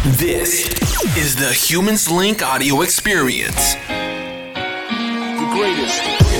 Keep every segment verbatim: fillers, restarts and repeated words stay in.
This is the Humans Link audio experience. The greatest.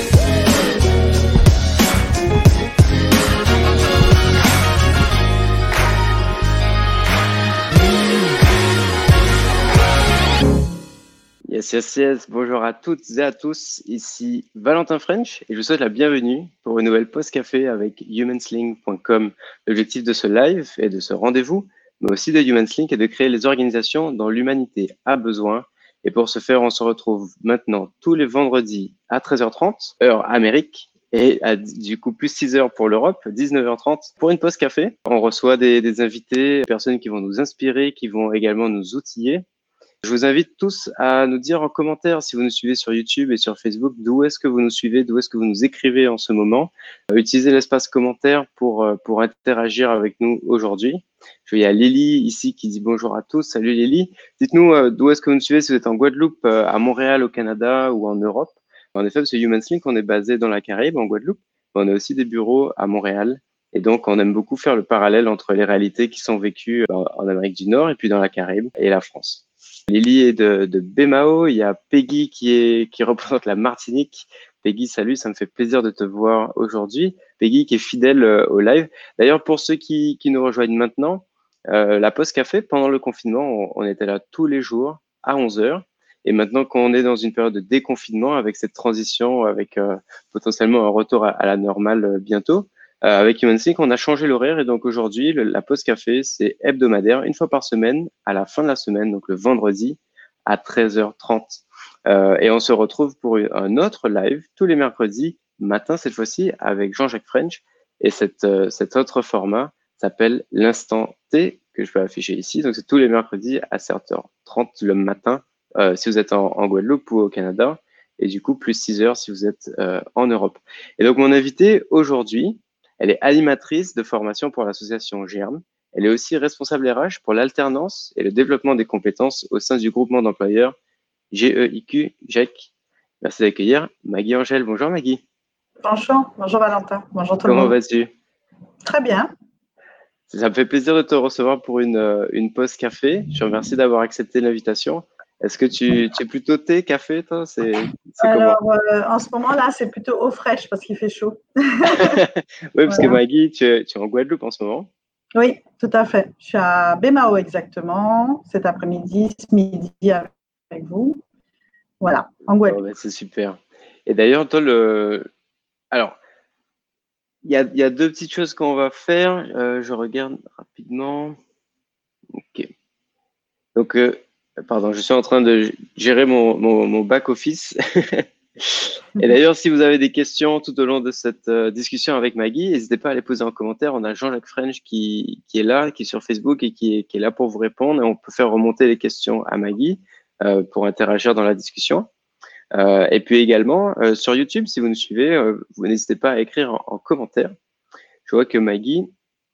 Yes, yes, yes. Bonjour à toutes et à tous. Ici Valentin French et je vous souhaite la bienvenue pour une nouvelle pause café avec humanslink point com. L'objectif de ce live et de ce rendez-vous, mais aussi de Humanslink, est de créer les organisations dont l'humanité a besoin. Et pour ce faire, on se retrouve maintenant tous les vendredis à treize heures trente, heure Amérique, et à, du coup plus six heures pour l'Europe, dix-neuf heures trente pour une pause café. On reçoit des, des invités, des personnes qui vont nous inspirer, qui vont également nous outiller. Je vous invite tous à nous dire en commentaire si vous nous suivez sur YouTube et sur Facebook, d'où est-ce que vous nous suivez, d'où est-ce que vous nous écrivez en ce moment. Euh, utilisez l'espace commentaire pour, euh, pour interagir avec nous aujourd'hui. Il y a Lily ici qui dit bonjour à tous. Salut Lily. Dites-nous euh, d'où est-ce que vous nous suivez, si vous êtes en Guadeloupe, euh, à Montréal, au Canada ou en Europe. En effet, sur Humanslink, on est basé dans la Caraïbe, en Guadeloupe. On a aussi des bureaux à Montréal. Et donc, on aime beaucoup faire le parallèle entre les réalités qui sont vécues en, en Amérique du Nord et puis dans la Caraïbe et la France. Lily est de, de Bémao. Il y a Peggy qui, est, qui représente la Martinique. Peggy, salut, ça me fait plaisir de te voir aujourd'hui. Peggy qui est fidèle euh, au live. D'ailleurs, pour ceux qui, qui nous rejoignent maintenant, euh, la pause café, pendant le confinement, on, on était là tous les jours à onze heures. Et maintenant qu'on est dans une période de déconfinement, avec cette transition, avec euh, potentiellement un retour à, à la normale euh, bientôt, Euh, avec Humanslink, on a changé l'horaire et donc aujourd'hui, le, la pause café, c'est hebdomadaire, une fois par semaine, à la fin de la semaine, donc le vendredi à treize heures trente. Euh, et on se retrouve pour un autre live tous les mercredis matin, cette fois-ci, avec Jean-Jacques French. Et cette, euh, cet autre format s'appelle l'instant T, que je peux afficher ici. Donc c'est tous les mercredis à sept heures trente le matin, euh, si vous êtes en, en Guadeloupe ou au Canada. Et du coup, plus six heures si vous êtes euh, en Europe. Et donc mon invité aujourd'hui, elle est animatrice de formation pour l'association Germe. Elle est aussi responsable R H pour l'alternance et le développement des compétences au sein du groupement d'employeurs G E I Q, G E C. Merci d'accueillir Maggie Angèle. Bonjour Maggie. Bonjour, bonjour Valentin. Bonjour tout Comment le monde. vas-tu? Très bien. Ça me fait plaisir de te recevoir pour une, une pause café. Je te remercie d'avoir accepté l'invitation. Est-ce que tu, tu es plutôt thé, café, toi? C'est, c'est Alors, comment euh, en ce moment-là, c'est plutôt eau fraîche parce qu'il fait chaud. Oui, parce Voilà. que Maggie, tu es, tu es en Guadeloupe en ce moment. Oui, tout à fait. Je suis à Bémao exactement, cet après-midi, ce midi avec vous. Voilà, en Guadeloupe. Oh, ben, c'est super. Et d'ailleurs, toi, le... Alors, il y a, il y a deux petites choses qu'on va faire. Euh, je regarde rapidement. Ok. Donc, euh, pardon, je suis en train de gérer mon, mon, mon back-office. Et d'ailleurs, si vous avez des questions tout au long de cette euh, discussion avec Maggie, n'hésitez pas à les poser en commentaire. On a Jean-Jacques French qui, qui est là, qui est sur Facebook et qui est, qui est là pour vous répondre. Et on peut faire remonter les questions à Maggie euh, pour interagir dans la discussion. Euh, et puis également, euh, sur YouTube, si vous nous suivez, euh, vous n'hésitez pas à écrire en, en commentaire. Je vois que Maggie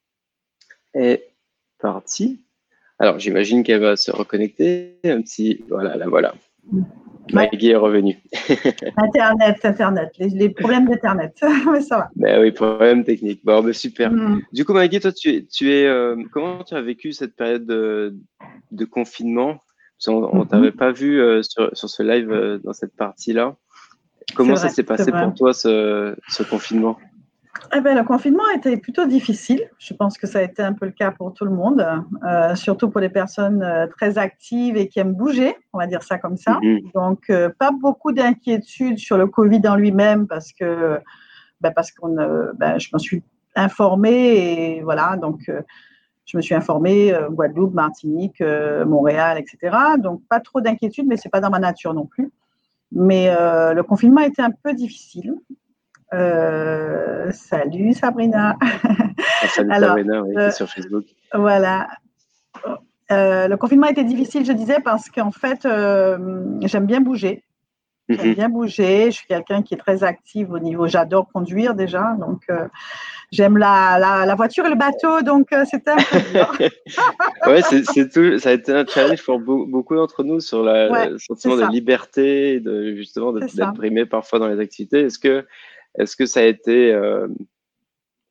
est partie. Alors, j'imagine qu'elle va se reconnecter. Un petit, voilà, là, voilà. Maggie est revenue. Internet, Internet, les, les problèmes d'Internet, mais ça va. Ben oui, problème technique. Bon, ben super. Mm. Du coup, Maggie, toi, tu es, tu es, euh, comment tu as vécu cette période de, de confinement? Parce qu'on on Mm-hmm. t'avait pas vu euh, sur, sur ce live euh, dans cette partie-là. Comment C'est ça vrai, s'est passé c'est vrai. pour toi, ce, ce confinement? Eh ben, le confinement a été plutôt difficile. Je pense que ça a été un peu le cas pour tout le monde, euh, surtout pour les personnes euh, très actives et qui aiment bouger, on va dire ça comme ça. Mm-hmm. Donc, euh, pas beaucoup d'inquiétude sur le Covid en lui-même parce que, ben, parce qu'on, euh, ben, je me suis informée et voilà, donc euh, je me suis informée euh, Guadeloupe, Martinique, euh, Montréal, et cetera. Donc, pas trop d'inquiétude, mais c'est pas dans ma nature non plus. Mais euh, le confinement a été un peu difficile. Euh, salut Sabrina. Ah, salut Alors, Sabrina, oui, euh, qui est sur Facebook. Voilà. Euh, le confinement a été difficile, je disais, parce qu'en fait, euh, j'aime bien bouger. J'aime Mm-hmm. bien bouger. Je suis quelqu'un qui est très active au niveau. J'adore conduire déjà. Donc, euh, j'aime la, la, la voiture et le bateau. Donc, euh, c'était un peu dur. Ouais, c'est, c'est tout, ça a été un challenge pour be- beaucoup d'entre nous sur la, Ouais, le sentiment c'est de ça. liberté, de, justement de- C'est ça. d'être brimé parfois dans les activités. Est-ce que, est-ce que ça a été, euh,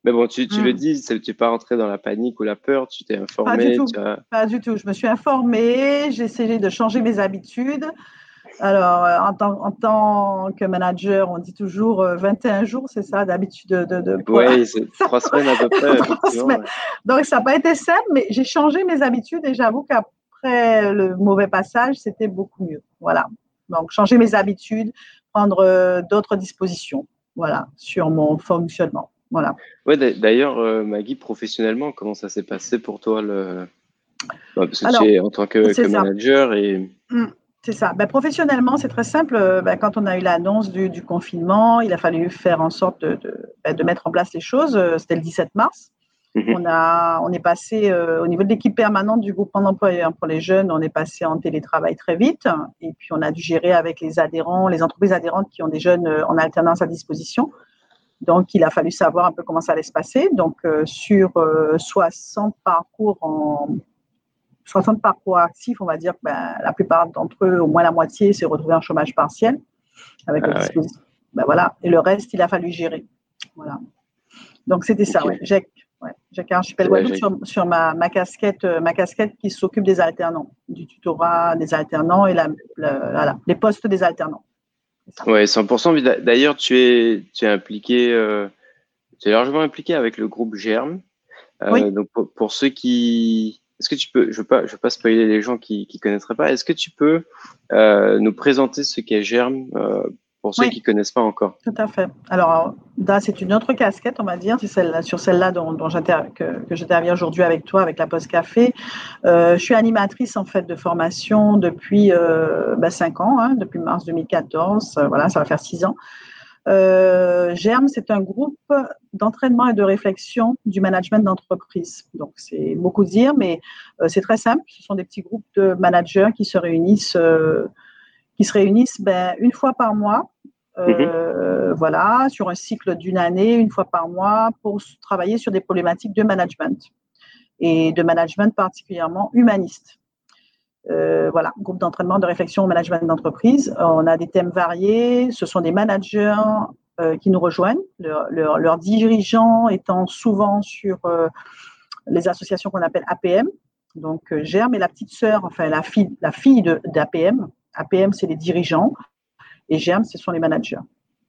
Mais bon, tu, tu Mm. le dis, tu n'es pas rentré dans la panique ou la peur, tu t'es informé. Pas du tout. Tu as... Pas du tout. Je me suis informée, j'ai essayé de changer mes habitudes. Alors, euh, en, tant, en tant que manager, on dit toujours euh, vingt et un jours, c'est ça, d'habitude de, de, de Oui, c'est trois semaines à peu près, effectivement. Ouais. Donc, ça n'a pas été simple, mais j'ai changé mes habitudes et j'avoue qu'après le mauvais passage, c'était beaucoup mieux. Voilà. Donc, changer mes habitudes, prendre euh, d'autres dispositions, voilà, sur mon fonctionnement. Voilà. Ouais, d'ailleurs, euh, Maggie, professionnellement, comment ça s'est passé pour toi le... bah, parce que Alors, tu es en tant que, que manager et... Mmh. C'est ça. Ben, professionnellement, c'est très simple. Ben, quand on a eu l'annonce du, du confinement, il a fallu faire en sorte de, de, ben, de mettre en place les choses. C'était le dix-sept mars. Mmh. On, a, on est passé, euh, au niveau de l'équipe permanente du groupement d'employeurs pour les jeunes, on est passé en télétravail très vite. Et puis, on a dû gérer avec les adhérents, les entreprises adhérentes qui ont des jeunes en alternance à disposition. Donc, il a fallu savoir un peu comment ça allait se passer. Donc, euh, sur euh, soixante parcours en... soixante parcours actifs, on va dire que ben, la plupart d'entre eux, au moins la moitié, s'est retrouvé en chômage partiel avec ah, le dispositif. Ouais. Ben, voilà. Et le reste, il a fallu gérer. Voilà. Donc, c'était okay. ça, ouais. J'ai ouais. un archipel Guadeloupe sur, sur ma, ma, casquette, ma casquette qui s'occupe des alternants, du tutorat des alternants et la, la, la, les postes des alternants. Oui, cent pour cent. D'ailleurs, tu es, tu es impliqué, euh, tu es largement impliqué avec le groupe Germe. Euh, oui. Donc, pour, pour ceux qui... Est-ce que tu peux, je ne veux pas, je veux pas spoiler les gens qui ne connaîtraient pas, est-ce que tu peux euh, nous présenter ce qu'est Germe euh, pour ceux oui. qui ne connaissent pas encore? Tout à fait. Alors, là, c'est une autre casquette, on va dire, c'est celle sur celle-là dont, dont que, que j'interviens aujourd'hui avec toi, avec la Pause Café. Euh, je suis animatrice, en fait, de formation depuis euh, ben, cinq ans, hein, depuis mars deux mille quatorze. Euh, voilà, ça va faire six ans. Euh, Germe, c'est un groupe d'entraînement et de réflexion du management d'entreprise. Donc, c'est beaucoup dire, mais euh, c'est très simple. Ce sont des petits groupes de managers qui se réunissent, euh, qui se réunissent ben, une fois par mois, euh, mm-hmm. voilà, sur un cycle d'une année, une fois par mois, pour travailler sur des problématiques de management et de management particulièrement humaniste. Euh, voilà, groupe d'entraînement de réflexion au management d'entreprise. On a des thèmes variés. Ce sont des managers euh, qui nous rejoignent, leurs leur, leur dirigeants étant souvent sur euh, les associations qu'on appelle A P M. Donc, euh, Germe est la petite sœur, enfin la fille, la fille d'A P M. A P M, c'est les dirigeants et Germe, ce sont les managers.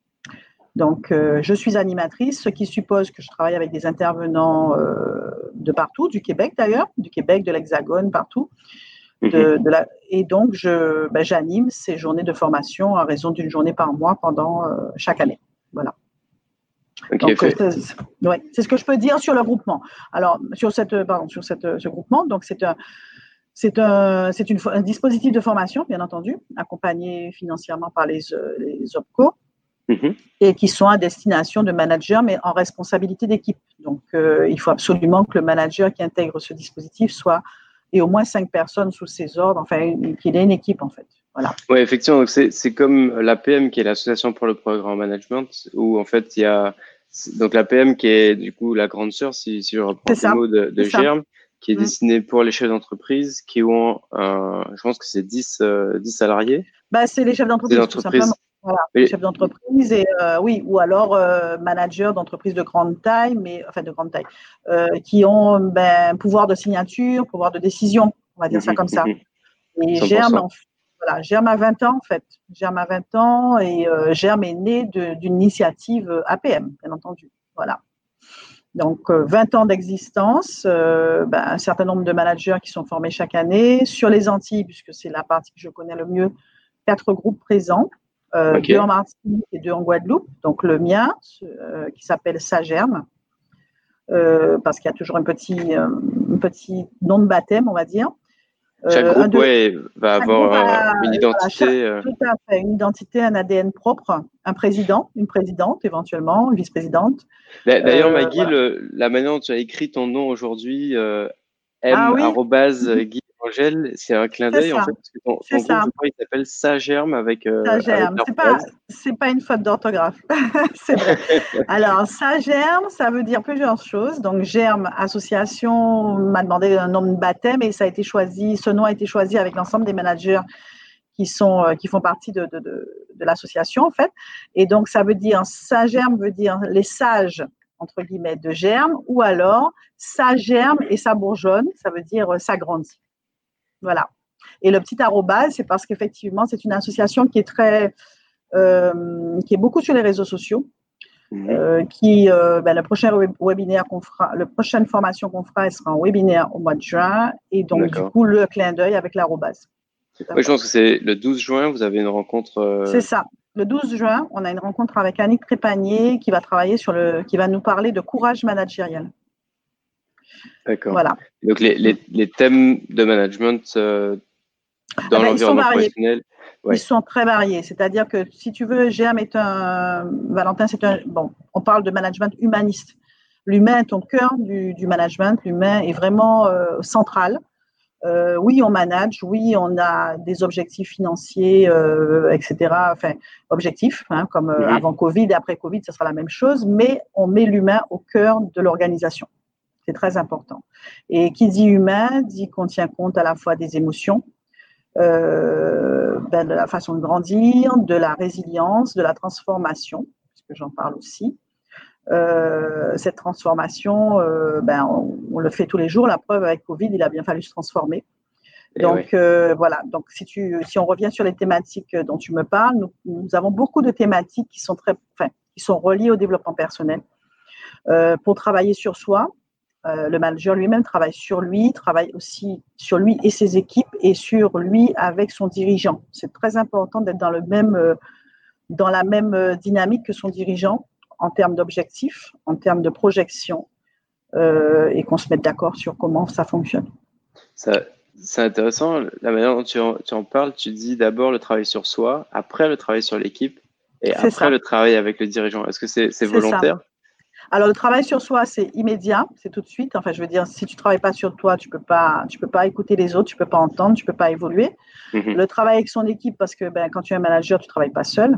Donc, euh, je suis animatrice, ce qui suppose que je travaille avec des intervenants euh, de partout, du Québec d'ailleurs, du Québec, de l'Hexagone, partout. De, de la, et donc, je, ben, j'anime ces journées de formation à raison d'une journée par mois pendant euh, chaque année. Voilà. Okay, donc, c'est, ouais, c'est ce que je peux dire sur le groupement. Alors, sur, cette, pardon, sur cette, ce groupement, donc c'est, un, c'est, un, c'est une, un dispositif de formation, bien entendu, accompagné financièrement par les, les O P C O, mm-hmm. et qui sont à destination de managers, mais en responsabilité d'équipe. Donc, euh, il faut absolument que le manager qui intègre ce dispositif soit et au moins cinq personnes sous ses ordres, enfin, qu'il ait une équipe, en fait. Voilà. Oui, effectivement. Donc c'est, c'est comme l'A P M, qui est l'Association pour le Programme Management, où, en fait, il y a donc l'A P M, qui est, du coup, la grande sœur, si, si je reprends le mot de, de Germe, qui est mmh. destinée pour les chefs d'entreprise qui ont, un, je pense que c'est dix, euh, dix salariés. Bah, c'est les chefs d'entreprise, tout simplement. Voilà, oui. Chef d'entreprise et euh, oui, ou alors euh, manager d'entreprise de grande taille, mais enfin de grande taille, euh, qui ont ben, pouvoir de signature, pouvoir de décision, on va dire mmh, ça comme ça. Et Germe, en, voilà, Germe a vingt ans en fait. Germe a vingt ans et euh, Germe est né de, d'une initiative A P M, bien entendu. Voilà. Donc euh, vingt ans d'existence, euh, ben, un certain nombre de managers qui sont formés chaque année. Sur les Antilles, puisque c'est la partie que je connais le mieux, quatre groupes présents. Euh, okay. Deux en Martinique et deux en Guadeloupe. Donc le mien, euh, qui s'appelle Sagerme, euh, parce qu'il y a toujours un petit, euh, un petit nom de baptême, on va dire. Chaque euh, groupe de, ouais, va chaque avoir groupe a, une identité. Voilà, chaque, tout à fait, une identité, un A D N propre, un président, une présidente éventuellement, une vice-présidente. D'ailleurs, Maggie, voilà. le, la manière dont tu as écrit ton nom aujourd'hui, euh, m arobase ah, oui. Guy Angèle, c'est un clin d'œil en fait, parce que ton, ton groupe, je crois, il s'appelle Sagerme avec. Euh, Sagerme, c'est pas, c'est pas une faute d'orthographe, c'est vrai. Alors, Sagerme, ça veut dire plusieurs choses. Donc, Germe Association m'a demandé un nom de baptême et ça a été choisi, ce nom a été choisi avec l'ensemble des managers qui sont, qui font partie de, de, de, de l'association en fait. Et donc, ça veut dire, Sagerme veut dire les sages entre guillemets, de germe, ou alors ça germe et ça bourgeonne, ça veut dire ça grandit. Voilà. Et le petit arrobase, c'est parce qu'effectivement, c'est une association qui est très, euh, qui est beaucoup sur les réseaux sociaux. Mmh. Euh, qui, euh, ben, le prochain web- webinaire qu'on fera, la prochaine formation qu'on fera, elle sera en webinaire au mois de juin. Et donc, D'accord. du coup, le clin d'œil avec l'arrobase. Oui, je pense que c'est le douze juin, vous avez une rencontre. Euh... C'est ça. Le douze juin, on a une rencontre avec Annick Trépanier qui va travailler sur le, qui va nous parler de courage managérial. D'accord. Voilà. Donc, les, les, les thèmes de management euh, dans ah ben, l'environnement professionnel. Ouais. Ils sont très variés. C'est-à-dire que si tu veux, Germe est un. Valentin, c'est un. Bon, on parle de management humaniste. L'humain est au cœur du, du management. L'humain est vraiment euh, central. Euh, oui, on manage. Oui, on a des objectifs financiers, euh, et cetera. Enfin, objectifs, hein, comme euh, mm-hmm. avant Covid et après Covid, ce sera la même chose. Mais on met l'humain au cœur de l'organisation. C'est très important. Et qui dit humain dit qu'on tient compte à la fois des émotions. Euh, ben de la façon de grandir, de la résilience, de la transformation, puisque j'en parle aussi. Euh, cette transformation, euh, ben on, on le fait tous les jours. La preuve avec Covid, il a bien fallu se transformer. Et donc oui. euh, voilà. Donc si tu, si on revient sur les thématiques dont tu me parles, nous, nous avons beaucoup de thématiques qui sont très, enfin, qui sont reliées au développement personnel euh, pour travailler sur soi. Euh, le manager lui-même travaille sur lui, travaille aussi sur lui et ses équipes et sur lui avec son dirigeant. C'est très important d'être dans, le même, euh, dans la même euh, dynamique que son dirigeant en termes d'objectifs, en termes de projection euh, et qu'on se mette d'accord sur comment ça fonctionne. Ça, c'est intéressant, la manière dont tu en, tu en parles, tu dis d'abord le travail sur soi, après le travail sur l'équipe et c'est après ça. Le travail avec le dirigeant. Est-ce que c'est, c'est, c'est volontaire ? Ça. Alors, le travail sur soi, c'est immédiat, c'est tout de suite. Enfin, je veux dire, si tu ne travailles pas sur toi, tu ne peux pas, tu peux pas écouter les autres, tu ne peux pas entendre, tu ne peux pas évoluer. Mm-hmm. Le travail avec son équipe, parce que ben, quand tu es un manager, tu ne travailles pas seul.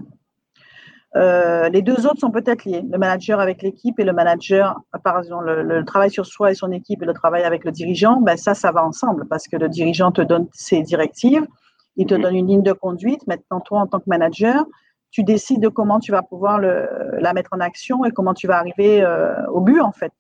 Euh, les deux autres sont peut-être liés, le manager avec l'équipe et le manager, par exemple, le, le travail sur soi et son équipe et le travail avec le dirigeant, ben, ça, ça va ensemble parce que le dirigeant te donne ses directives, il te mm-hmm. donne une ligne de conduite. Maintenant, toi, en tant que manager, tu décides de comment tu vas pouvoir le, la mettre en action et comment tu vas arriver euh, au but, en fait.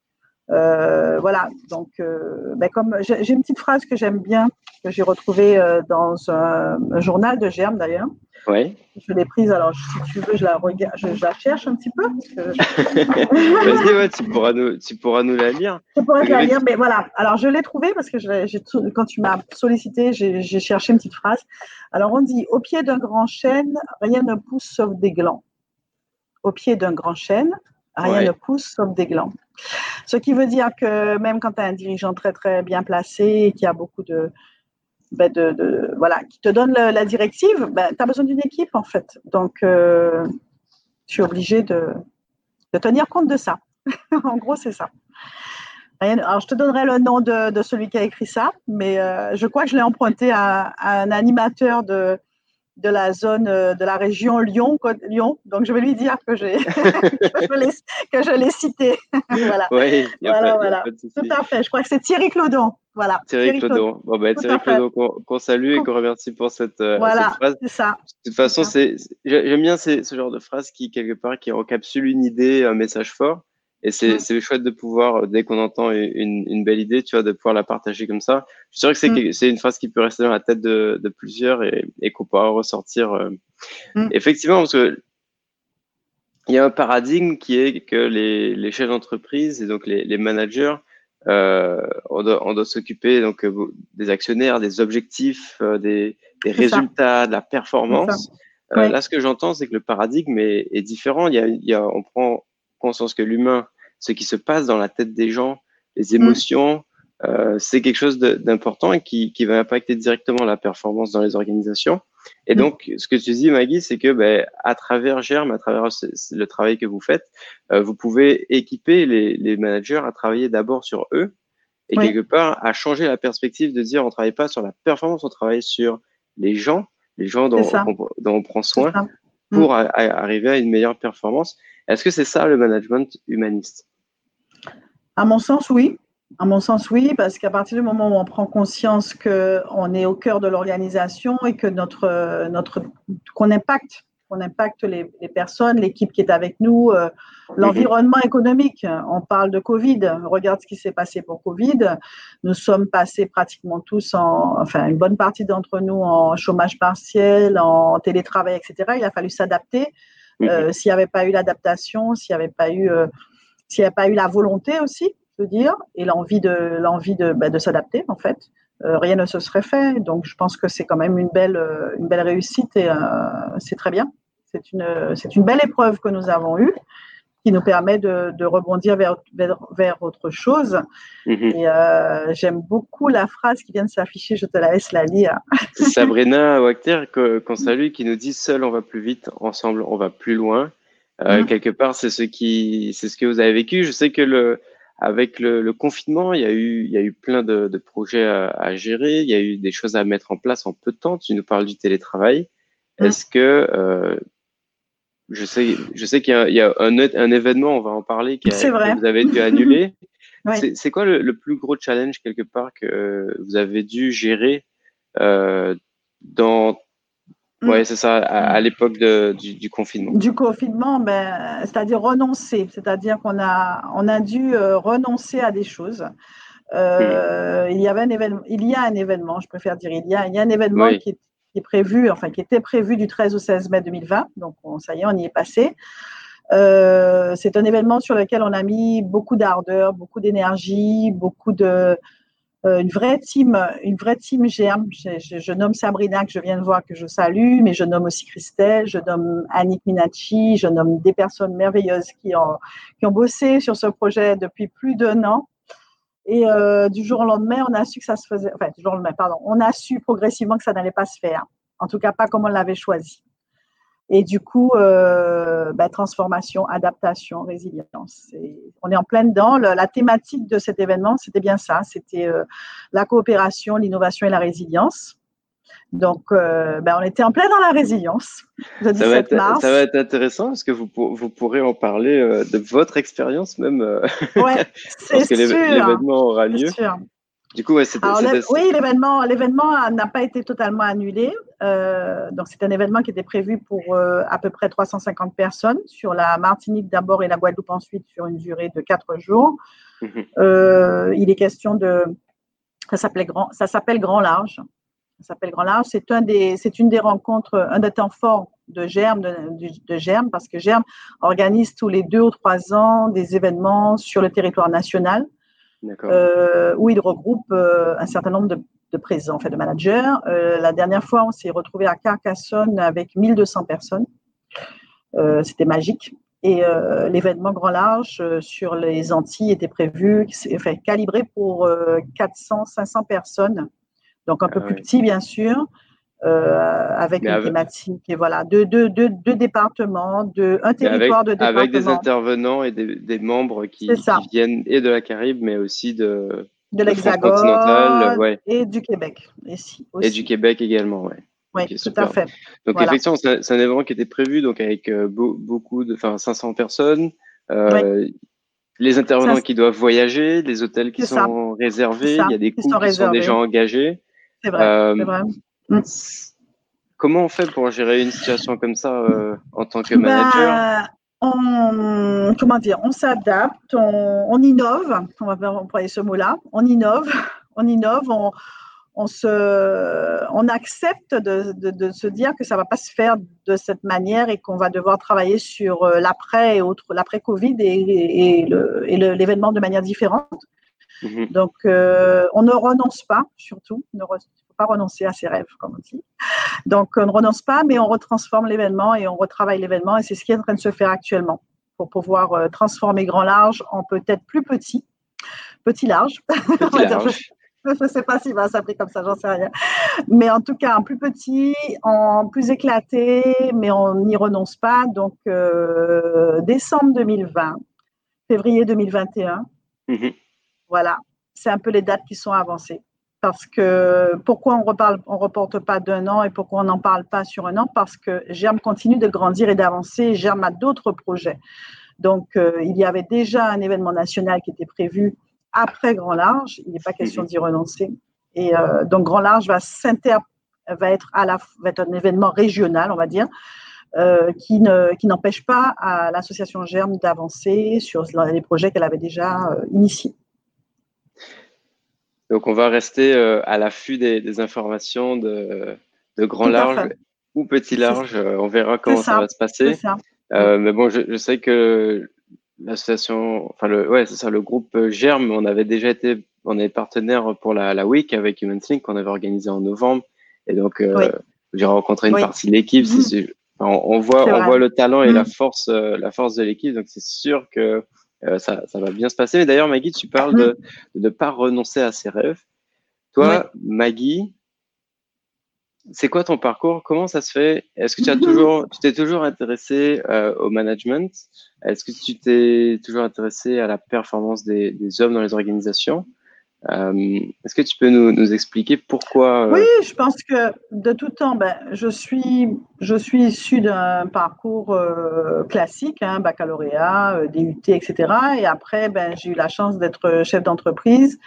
Euh, voilà, donc, euh, ben comme j'ai, j'ai une petite phrase que j'aime bien, que j'ai retrouvée euh, dans un, un journal de Germe, d'ailleurs. Oui. Je l'ai prise, alors si tu veux, je la, regarde, je, je la cherche un petit peu. Parce que... Vas-y, ouais, tu, pourras nous, tu pourras nous la lire. Je pourrais te la lire, mais voilà. Alors, je l'ai trouvée parce que je, j'ai, quand tu m'as sollicité, j'ai, j'ai cherché une petite phrase. Alors, on dit « Au pied d'un grand chêne, rien ne pousse sauf des glands. » Au pied d'un grand chêne, rien ouais. ne pousse sauf des glands. Ce qui veut dire que même quand tu as un dirigeant très, très bien placé et qui a beaucoup de... Ben de, de, voilà, qui te donne le, la directive, ben, tu as besoin d'une équipe en fait. Donc, euh, je suis obligée de, de tenir compte de ça. En gros, c'est ça. Alors, je te donnerai le nom de, de celui qui a écrit ça, mais euh, je crois que je l'ai emprunté à, à un animateur de, de la zone, de la région Lyon, Lyon. Donc, je vais lui dire que, j'ai, que, je, l'ai, que je l'ai cité. Voilà, oui, voilà, pas, voilà. Tout à fait. Je crois que c'est Thierry Clodon. Voilà. Thierry, Thierry Clodon. Clodon. Bon, ben, Thierry Clodon qu'on, qu'on salue et qu'on remercie pour cette, voilà, cette phrase. C'est ça. De toute façon, c'est, c'est, j'aime bien ces, ce genre de phrase qui, quelque part, qui encapsule une idée, un message fort. Et c'est, mmh. c'est chouette de pouvoir, dès qu'on entend une, une belle idée, tu vois, de pouvoir la partager comme ça. Je suis sûr que c'est, mmh. c'est une phrase qui peut rester dans la tête de, de plusieurs et, et qu'on pourra ressortir. Euh, mmh. Effectivement, parce que il y a un paradigme qui est que les, les chefs d'entreprise et donc les, les managers, euh, on doit, on doit s'occuper donc euh, des actionnaires, des objectifs, euh, des, des résultats, ça. De la performance. Euh, oui. Là, ce que j'entends, c'est que le paradigme est, est différent. Il y a, il y a, on prend conscience que l'humain, ce qui se passe dans la tête des gens, les émotions, mmh. euh, c'est quelque chose de, d'important et qui, qui va impacter directement la performance dans les organisations. Et mmh. donc, ce que tu dis, Maggie, c'est que ben, à travers Germe, à travers ce, le travail que vous faites, euh, vous pouvez équiper les, les managers à travailler d'abord sur eux et oui. quelque part à changer la perspective de dire on ne travaille pas sur la performance, on travaille sur les gens, les gens dont, on, dont on prend soin pour mmh. a, a, arriver à une meilleure performance. Est-ce que c'est ça le management humaniste ? À mon sens, oui. À mon sens, oui, parce qu'à partir du moment où on prend conscience qu'on est au cœur de l'organisation et que notre, notre, qu'on impacte qu'on impacte les, les personnes, l'équipe qui est avec nous, euh, l'environnement économique. On parle de Covid. Regarde ce qui s'est passé pour Covid. Nous sommes passés pratiquement tous, en, enfin une bonne partie d'entre nous, en chômage partiel, en télétravail, et cetera. Il a fallu s'adapter. Euh, s'il n'y avait pas eu l'adaptation, s'il n'y avait pas eu, euh, s'il n'y avait pas eu la volonté aussi, je veux dire, et l'envie de, l'envie de, bah, de s'adapter, en fait, euh, rien ne se serait fait. Donc, je pense que c'est quand même une belle, une belle réussite et euh, c'est très bien. C'est une, c'est une belle épreuve que nous avons eue qui nous permet de, de rebondir vers, vers, vers autre chose. Mm-hmm. Et euh, j'aime beaucoup la phrase qui vient de s'afficher, je te la laisse la lire. C'est Sabrina Wachter qu'on salue qui nous dit « Seul, on va plus vite, ensemble, on va plus loin euh, mm. ». Quelque part, c'est ce, qui, c'est ce que vous avez vécu. Je sais que le, avec le, le confinement, il y a eu, il y a eu plein de, de projets à, à gérer, il y a eu des choses à mettre en place en peu de temps. Tu nous parles du télétravail. Mm. Est-ce que… Euh, Je sais, je sais qu'il y a, il y a un, un événement, on va en parler, qui a, que vous avez dû annuler. Oui. C'est, c'est quoi le, le plus gros challenge quelque part que euh, vous avez dû gérer euh, dans, mm. ouais, c'est ça, à, à l'époque de, du, du confinement. Du confinement, ben, c'est-à-dire renoncer, c'est-à-dire qu'on a, on a dû euh, renoncer à des choses. Euh, mm. Il y avait un événement, il y a un événement, je préfère dire, il y a, il y a un événement oui. qui est qui est prévu, enfin qui était prévu du treize au seize mai deux mille vingt, donc on, ça y est, on y est passé. Euh, c'est un événement sur lequel on a mis beaucoup d'ardeur, beaucoup d'énergie, beaucoup de, euh, une vraie team, une vraie team Germe. Je, je, je nomme Sabrina que je viens de voir, que je salue, mais je nomme aussi Christelle, je nomme Annick Minacci, je nomme des personnes merveilleuses qui ont, qui ont bossé sur ce projet depuis plus d'un an. Et euh, du jour au lendemain, on a su que ça se faisait, enfin, du jour au lendemain, pardon, on a su progressivement que ça n'allait pas se faire. En tout cas, pas comme on l'avait choisi. Et du coup, euh, ben, transformation, adaptation, résilience. Et on est en plein dedans. Le, la thématique de cet événement, c'était bien ça. C'était euh, la coopération, l'innovation et la résilience. Donc, euh, ben, on était en plein dans la résilience. Le ça, va être, mars. Ça va être intéressant parce que vous, vous pourrez en parler euh, de votre expérience même. Euh, ouais, c'est parce que sûr. L'événement aura lieu. C'est sûr. Du coup, ouais, c'était, Alors, c'était... oui, l'événement, l'événement n'a pas été totalement annulé. Euh, donc, c'est un événement qui était prévu pour euh, à peu près trois cent cinquante personnes sur la Martinique d'abord et la Guadeloupe ensuite sur une durée de quatre jours. Mm-hmm. Euh, il est question de, ça s'appelle Grand, ça s'appelle Grand Large. Ça s'appelle Grand Large. C'est un des, c'est une des rencontres, un des temps forts de Germe, de, de, de Germe, parce que Germe organise tous les deux ou trois ans des événements sur le territoire national. Euh, où il regroupe euh, un certain nombre de, de présents, en fait, de managers. Euh, la dernière fois, on s'est retrouvé à Carcassonne avec mille deux cents personnes. Euh, c'était magique. Et euh, l'événement Grand Large euh, sur les Antilles était prévu, enfin, calibré pour euh, quatre cents, cinq cents personnes. Donc, un peu ah, plus oui. petit, bien sûr, euh, avec Mais une avec... thématique. Et voilà, deux, deux, deux, deux départements, deux, un territoire avec, de département. Avec des intervenants et des, des membres qui, qui viennent et de la Caraïbe, mais aussi de, de l'Hexagone ouais. et du Québec. Ici aussi. Et du Québec également, oui. Oui, okay, tout super. à fait. Donc, voilà. Effectivement, c'est un, c'est un événement qui était prévu donc avec euh, be- beaucoup de, enfin, cinq cents personnes. Euh, oui. Les intervenants ça, qui doivent voyager, les hôtels qui sont ça. réservés, il y a des coûts qui sont, qui sont déjà engagés. C'est vrai, euh, c'est vrai. Mm. Comment on fait pour gérer une situation comme ça euh, en tant que manager? Bah, on, comment dire, on s'adapte, on, on innove, on va employer ce mot-là, on innove, on innove, on, on, se, on accepte de, de, de se dire que ça ne va pas se faire de cette manière et qu'on va devoir travailler sur l'après et autres, l'après-Covid et, et, le, et le, l'événement de manière différente. Mm-hmm. Donc, euh, on ne renonce pas, surtout, ne re, pas renoncer à ses rêves, comme on dit. Donc, on ne renonce pas, mais on retransforme l'événement et on retravaille l'événement. Et c'est ce qui est en train de se faire actuellement pour pouvoir euh, transformer Grand Large en peut-être plus petit, petit large. Petit large. Je ne sais pas s'il va s'appeler comme ça, j'en sais rien. Mais en tout cas, en plus petit, en plus éclaté, mais on n'y renonce pas. Donc, euh, décembre deux mille vingt, février deux mille vingt et un, mm-hmm. Voilà, c'est un peu les dates qui sont avancées. Parce que pourquoi on reparle, on reporte pas d'un an et pourquoi on n'en parle pas sur un an? Parce que Germe continue de grandir et d'avancer. Germe a d'autres projets. Donc, euh, il y avait déjà un événement national qui était prévu après Grand Large. Il n'est pas question d'y renoncer. Et euh, donc, Grand Large va, s'inter- va, être à la, va être un événement régional, on va dire, euh, qui, ne, qui n'empêche pas à l'association Germe d'avancer sur les projets qu'elle avait déjà euh, initiés. Donc, on va rester euh, à l'affût des, des informations de, de grand large ou petit large. Euh, on verra comment ça. ça va se passer. Ça. Euh, mais bon, je, je sais que l'association, enfin le, ouais, c'est ça, le groupe Germe, on avait déjà été, on est partenaire pour la, la week avec HumansLink qu'on avait organisé en novembre. Et donc, euh, oui. j'ai rencontré une oui. partie de l'équipe. Mmh. C'est, on, on voit, on voit le talent et mmh. la force, euh, la force de l'équipe. Donc, c'est sûr que euh, ça, ça va bien se passer. Mais d'ailleurs, Maggie, tu parles mmh. de, de ne pas renoncer à ses rêves. Toi, oui. Maggie, c'est quoi ton parcours? Comment ça se fait? Est-ce que tu as toujours, tu t'es toujours intéressé euh, au management? Est-ce que tu t'es toujours intéressé à la performance des, des hommes dans les organisations? Euh, est-ce que tu peux nous, nous expliquer pourquoi? Euh... Oui, je pense que de tout temps, ben, je suis, je suis issue d'un parcours euh, classique, hein, baccalauréat, euh, D U T, et cetera. Et après, ben, j'ai eu la chance d'être chef d'entreprise.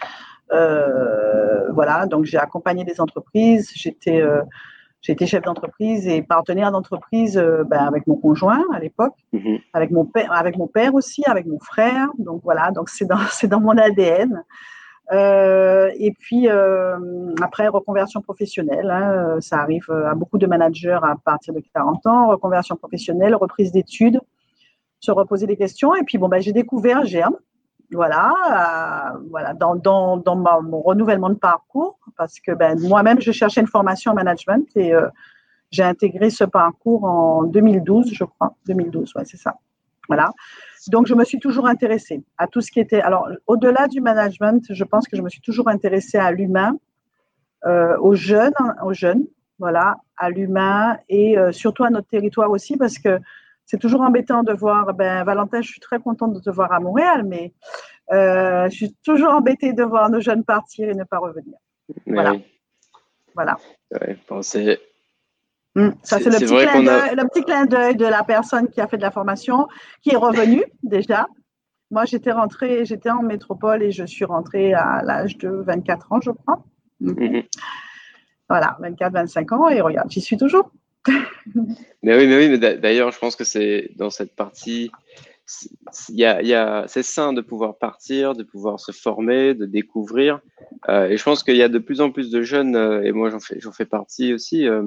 Euh, voilà, donc j'ai accompagné des entreprises, j'étais, euh, j'étais chef d'entreprise et partenaire d'entreprise euh, ben, avec mon conjoint à l'époque, mm-hmm. avec mon père, avec mon père aussi, avec mon frère. Donc voilà, donc c'est dans, c'est dans mon A D N. Euh, et puis euh, après reconversion professionnelle, hein, ça arrive à beaucoup de managers à partir de quarante ans, reconversion professionnelle, reprise d'études, se reposer des questions. Et puis bon, ben, j'ai découvert Germe. Voilà, euh, voilà, dans, dans, dans ma, mon renouvellement de parcours, parce que ben, moi-même, je cherchais une formation en management et euh, j'ai intégré ce parcours en deux mille douze, je crois. deux mille douze, ouais, c'est ça. Voilà. Donc, je me suis toujours intéressée à tout ce qui était… Alors, au-delà du management, je pense que je me suis toujours intéressée à l'humain, euh, aux jeunes, aux jeunes, voilà, à l'humain et euh, surtout à notre territoire aussi, parce que c'est toujours embêtant de voir, ben, Valentin, je suis très contente de te voir à Montréal, mais euh, je suis toujours embêtée de voir nos jeunes partir et ne pas revenir. Mais voilà. Oui. Voilà. Ouais, bon, c'est… Mmh. Ça, c'est, c'est, le, petit clin a... le petit clin d'œil de la personne qui a fait de la formation, qui est revenue déjà. Moi, j'étais rentrée, j'étais en métropole et je suis rentrée à l'âge de vingt-quatre ans, je crois. Mmh. Mmh. Voilà, vingt-quatre, vingt-cinq ans et regarde, j'y suis toujours. Mais oui, mais oui, mais d'ailleurs, je pense que c'est dans cette partie, il y a, il y a, c'est sain de pouvoir partir, de pouvoir se former, de découvrir. Euh, et je pense qu'il y a de plus en plus de jeunes, euh, et moi j'en fais, j'en fais partie aussi. Euh,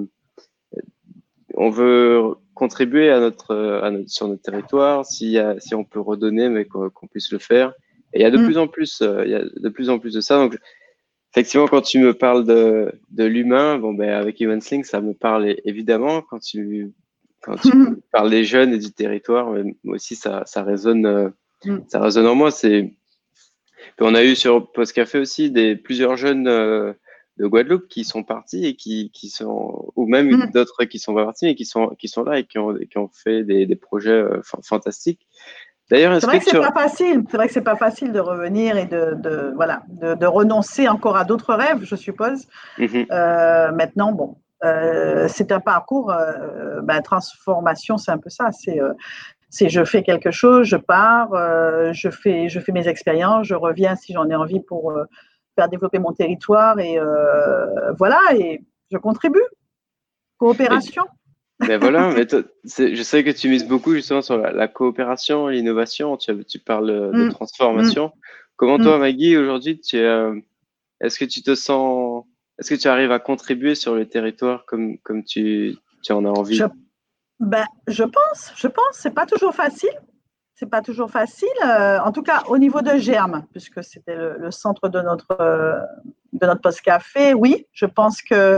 on veut contribuer à notre, à notre, sur notre territoire, si, si on peut redonner, mais qu'on, qu'on puisse le faire. Et il y a de mmh. plus en plus, euh, il y a de plus en plus de ça. Donc, effectivement, quand tu me parles de, de l'humain, bon, ben, avec HumansLink, ça me parle évidemment. Quand tu, quand tu mmh. parles des jeunes et du territoire, moi aussi, ça, ça résonne, euh, mmh. ça résonne en moi. C'est, puis on a eu sur Post Café aussi des, plusieurs jeunes euh, de Guadeloupe qui sont partis et qui, qui sont, ou même mmh. d'autres qui sont pas partis, mais qui sont, qui sont là et qui ont, qui ont fait des, des projets euh, fantastiques. D'ailleurs, c'est vrai que, que c'est tu... pas facile. C'est vrai que c'est pas facile de revenir et de, de voilà, de, de renoncer encore à d'autres rêves, je suppose. Mm-hmm. Euh, maintenant, bon, euh, c'est un parcours. Euh, ben, transformation, c'est un peu ça. C'est, euh, c'est je fais quelque chose, je pars, euh, je fais, je fais mes expériences, je reviens si j'en ai envie pour euh, faire développer mon territoire et euh, voilà. Et je contribue. Coopération. Et... Ben voilà, mais c'est, je sais que tu mises beaucoup justement sur la, la coopération, l'innovation. Tu, tu parles de mmh. transformation. Mmh. Comment toi, Maggie, aujourd'hui, tu, euh, est-ce que tu te sens, est-ce que tu arrives à contribuer sur le territoire comme comme tu, tu en as envie? Je, ben, je pense, je pense. C'est pas toujours facile. C'est pas toujours facile. Euh, en tout cas, au niveau de Germe, puisque c'était le, le centre de notre euh, de notre post café. Oui, je pense que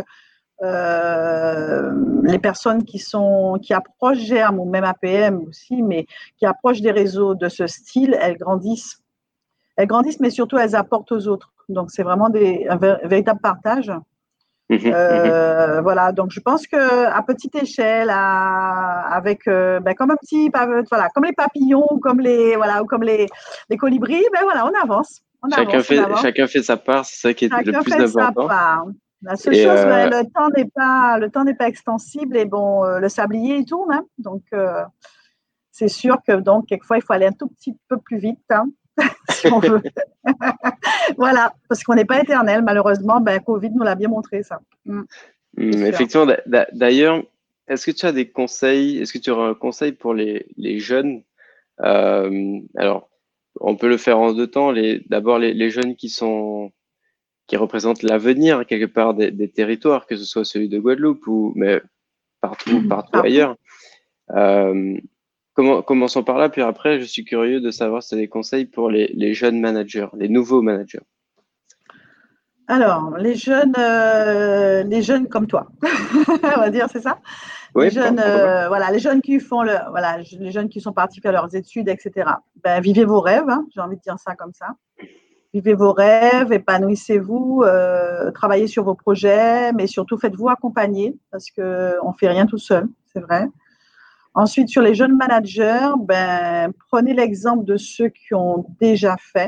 Euh, les personnes qui sont qui approchent Germe ou même A P M aussi, mais qui approchent des réseaux de ce style, elles grandissent. Elles grandissent, mais surtout elles apportent aux autres. Donc c'est vraiment des, un, un véritable partage. Mmh, euh, mmh. Voilà. Donc je pense que à petite échelle, à, avec euh, ben, comme un petit, voilà, comme les papillons, comme les voilà, ou comme les, les colibris, ben voilà, on avance. On chacun avance, fait, on avance. chacun fait sa part, c'est ça qui est chacun le plus important. La seule et chose, euh... ben, le temps n'est pas, le temps n'est pas extensible et bon, euh, le sablier il tourne, hein, donc euh, c'est sûr que donc quelquefois il faut aller un tout petit peu plus vite, hein, si on veut. Voilà, parce qu'on n'est pas éternel, malheureusement. Ben, Covid nous l'a bien montré ça. Mmh. Mmh, effectivement, d'ailleurs, est-ce que tu as des conseils, est-ce que tu aurais un conseil pour les, les jeunes? Euh, alors, on peut le faire en deux temps. Les, d'abord, les, les jeunes qui sont, qui représentent l'avenir quelque part des, des territoires, que ce soit celui de Guadeloupe ou mais partout, partout Partout. ailleurs. Euh, comment, commençons par là, puis après, je suis curieux de savoir si tu as des conseils pour les, les jeunes managers, les nouveaux managers. Alors, les jeunes, euh, les jeunes comme toi, on va dire, c'est ça? Les Oui, jeunes, pourquoi pas? euh, voilà, les jeunes qui font le, voilà, les jeunes qui sont partis faire leurs études, et cetera. Ben, vivez vos rêves, hein, j'ai envie de dire ça comme ça. Vivez vos rêves, épanouissez-vous, euh, travaillez sur vos projets, mais surtout faites-vous accompagner parce que on fait rien tout seul, c'est vrai. Ensuite, sur les jeunes managers, ben, prenez l'exemple de ceux qui ont déjà fait.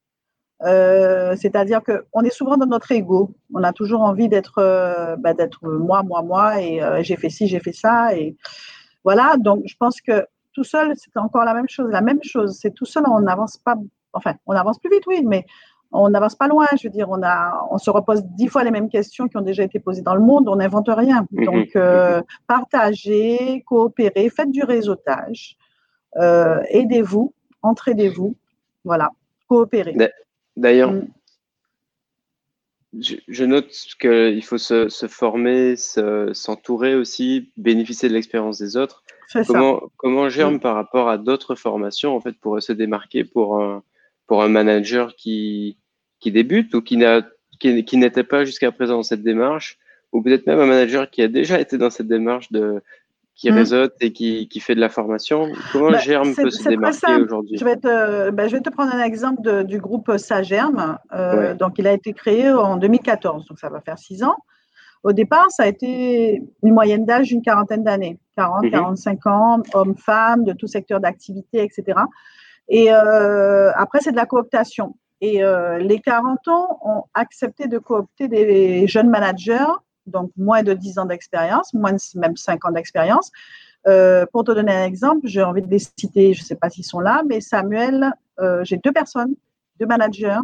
Euh, c'est-à-dire qu'on est souvent dans notre ego. On a toujours envie d'être, euh, bah, d'être moi, moi, moi, et euh, j'ai fait ci, j'ai fait ça, et voilà. Donc, je pense que tout seul, c'est encore la même chose. La même chose, c'est tout seul, on n'avance pas. Enfin, on avance plus vite, oui, mais on n'avance pas loin. Je veux dire, on a, on se repose dix fois les mêmes questions qui ont déjà été posées dans le monde. On n'invente rien. Mhm, Donc, euh, partagez, coopérez, faites du réseautage, euh, aidez-vous, entraidez-vous, voilà, coopérez. mhm. D'ailleurs, Mm. Je, je note qu'il faut se, se former, se- s'entourer aussi, bénéficier de l'expérience des autres. C'est ça. Comment, comment Mm. Germe par rapport à d'autres formations en fait pourrait se démarquer pour un, pour un manager qui, qui débute ou qui n'a, qui, qui n'était pas jusqu'à présent dans cette démarche, ou peut-être même un manager qui a déjà été dans cette démarche de, qui Mm. réseaute et qui, qui fait de la formation. Comment Ben, Germe c'est peut se c'est très démarquer simple. Je aujourd'hui? vais te, ben, je vais te prendre un exemple de- du groupe Sagerm. Euh, Ouais. donc, il a été créé en deux mille quatorze, donc ça va faire six ans. Au départ, ça a été une moyenne d'âge d'une quarantaine d'années, quarante, Mhm. quarante-cinq ans, hommes, femmes, de tout secteur d'activité, et cetera. Et euh, après, c'est de la cooptation. Et euh, les quarante ans ont accepté de coopter des jeunes managers, donc moins de dix ans d'expérience, moins de même cinq ans d'expérience. Euh, pour te donner un exemple, j'ai envie de les citer, je ne sais pas s'ils sont là, mais Samuel, euh, j'ai deux personnes, deux managers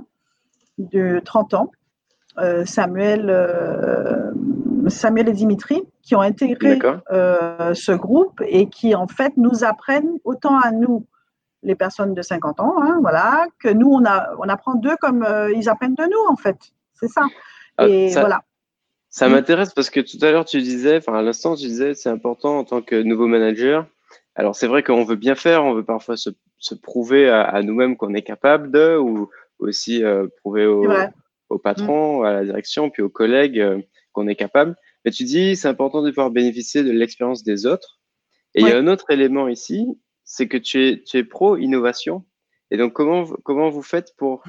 de trente ans, euh, Samuel, euh, Samuel et Dimitri, qui ont intégré D'accord. euh, ce groupe et qui, en fait, nous apprennent autant à nous, les personnes de cinquante ans, hein, voilà, que nous, on, a, on apprend d'eux comme euh, ils apprennent de nous, en fait. C'est ça. Ah, Et ça, voilà. Ça Mm. m'intéresse parce que tout à l'heure tu disais, enfin à l'instant tu disais, c'est important en tant que nouveau manager. Alors c'est vrai qu'on veut bien faire, on veut parfois se, se prouver à, à nous-mêmes qu'on est capable de, ou aussi euh, prouver C'est au, vrai. au Mm. patron, à la direction, puis aux collègues euh, qu'on est capable. Mais tu dis, c'est important de pouvoir bénéficier de l'expérience des autres. Et il y Oui. a un autre élément ici, c'est que tu es, tu es pro-innovation. Et donc comment, vous- comment vous faites pour,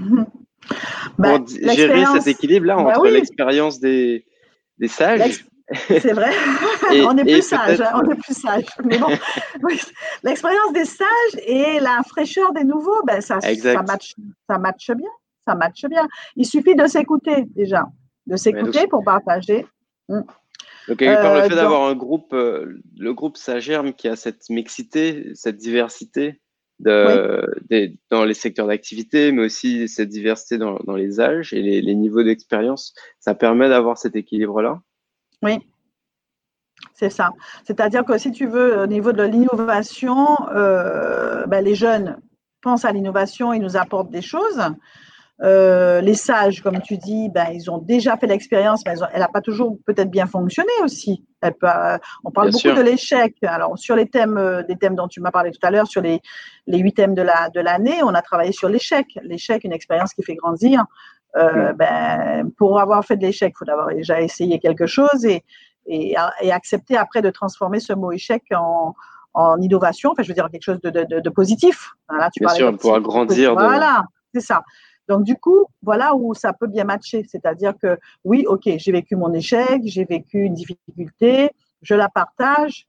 pour Ben, di- gérer cet l'expérience, équilibre-là ben entre oui, l'expérience des, des sages c'est vrai. Et, On est et plus sage, peut-être, hein, on est plus sage. Mais bon, oui, l'expérience des sages et la fraîcheur des nouveaux, ben ça, ça exact. match, ça match bien, ça match bien. Il suffit de s'écouter déjà, de Ouais, donc, s'écouter pour partager. Mm. donc, quelque part, le Euh, fait donc, d'avoir un groupe, euh, le groupe Sagerme qui a cette mixité, cette diversité oui, de, des- dans les secteurs d'activité, mais aussi cette diversité dans, dans les âges et les, les niveaux d'expérience, ça permet d'avoir cet équilibre-là. oui, c'est ça. C'est-à-dire que si tu veux, au niveau de l'innovation, euh, ben, les jeunes pensent à l'innovation, ils nous apportent des choses. Euh, les sages, comme tu dis, ben, ils ont déjà fait l'expérience, mais ont, elle n'a pas toujours peut-être bien fonctionné aussi. Elle peut, euh, on parle Bien beaucoup de sûr. l'échec. Alors, sur les thèmes, euh, des thèmes dont tu m'as parlé tout à l'heure, sur les, les huit thèmes de, la, de l'année, on a travaillé sur l'échec. L'échec, une expérience qui fait grandir. Euh, Hmm. ben, pour avoir fait de l'échec, il faut avoir déjà essayé quelque chose et, et, et accepter après de transformer ce mot échec en, en innovation, enfin, je veux dire quelque chose de, de, de positif. Là, tu Bien parlais sûr, pour d'optimisme. agrandir de. Voilà, c'est ça. Donc, du coup, voilà où ça peut bien matcher. C'est-à-dire que, oui, OK, j'ai vécu mon échec, j'ai vécu une difficulté, je la partage.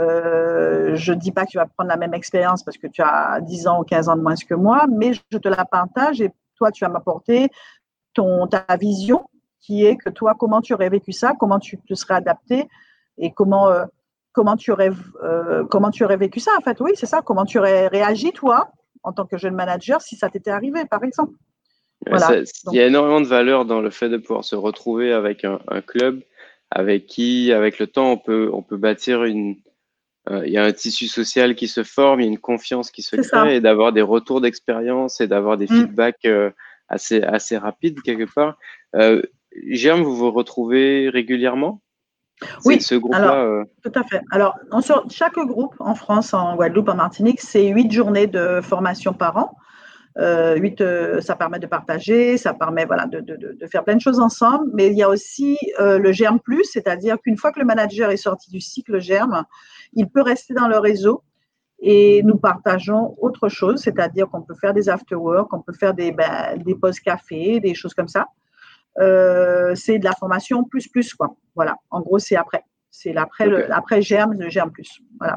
Euh, je ne dis pas que tu vas prendre la même expérience parce que tu as dix ans ou quinze ans de moins que moi, mais je te la partage et toi, tu vas m'apporter ton, ta vision qui est que toi, comment tu aurais vécu ça, comment tu te serais adapté et comment, euh, comment, tu aurais, euh, comment tu aurais vécu ça. En fait, oui, c'est ça. Comment tu aurais réagi, toi, en tant que jeune manager, si ça t'était arrivé, par exemple. Ouais, Voilà. ça- il y Donc, a énormément de valeur dans le fait de pouvoir se retrouver avec un, un club, avec qui, avec le temps, on peut, on peut bâtir une, euh, il y a un tissu social qui se forme, il y a une confiance qui se C'est ça. crée, et d'avoir des retours d'expérience et d'avoir des Mm. feedbacks euh, assez, assez rapides quelque part. Euh, Germe, vous vous retrouvez régulièrement? Oui, ce groupe-là, alors, euh... tout à fait. Alors, on, sur chaque groupe en France, en Guadeloupe, en Martinique, c'est huit journées de formation par an. Euh, huit, euh, ça permet de partager, ça permet voilà, de, de, de faire plein de choses ensemble. Mais il y a aussi euh, le Germe Plus, c'est-à-dire qu'une fois que le manager est sorti du cycle Germe, il peut rester dans le réseau et nous partageons autre chose, c'est-à-dire qu'on peut faire des after-work, on peut faire des, ben, des pauses café, des choses comme ça. Euh, c'est de la formation plus plus quoi. Voilà. En gros, c'est après. C'est l'après, okay. le, après Germe, le Germe plus. Voilà.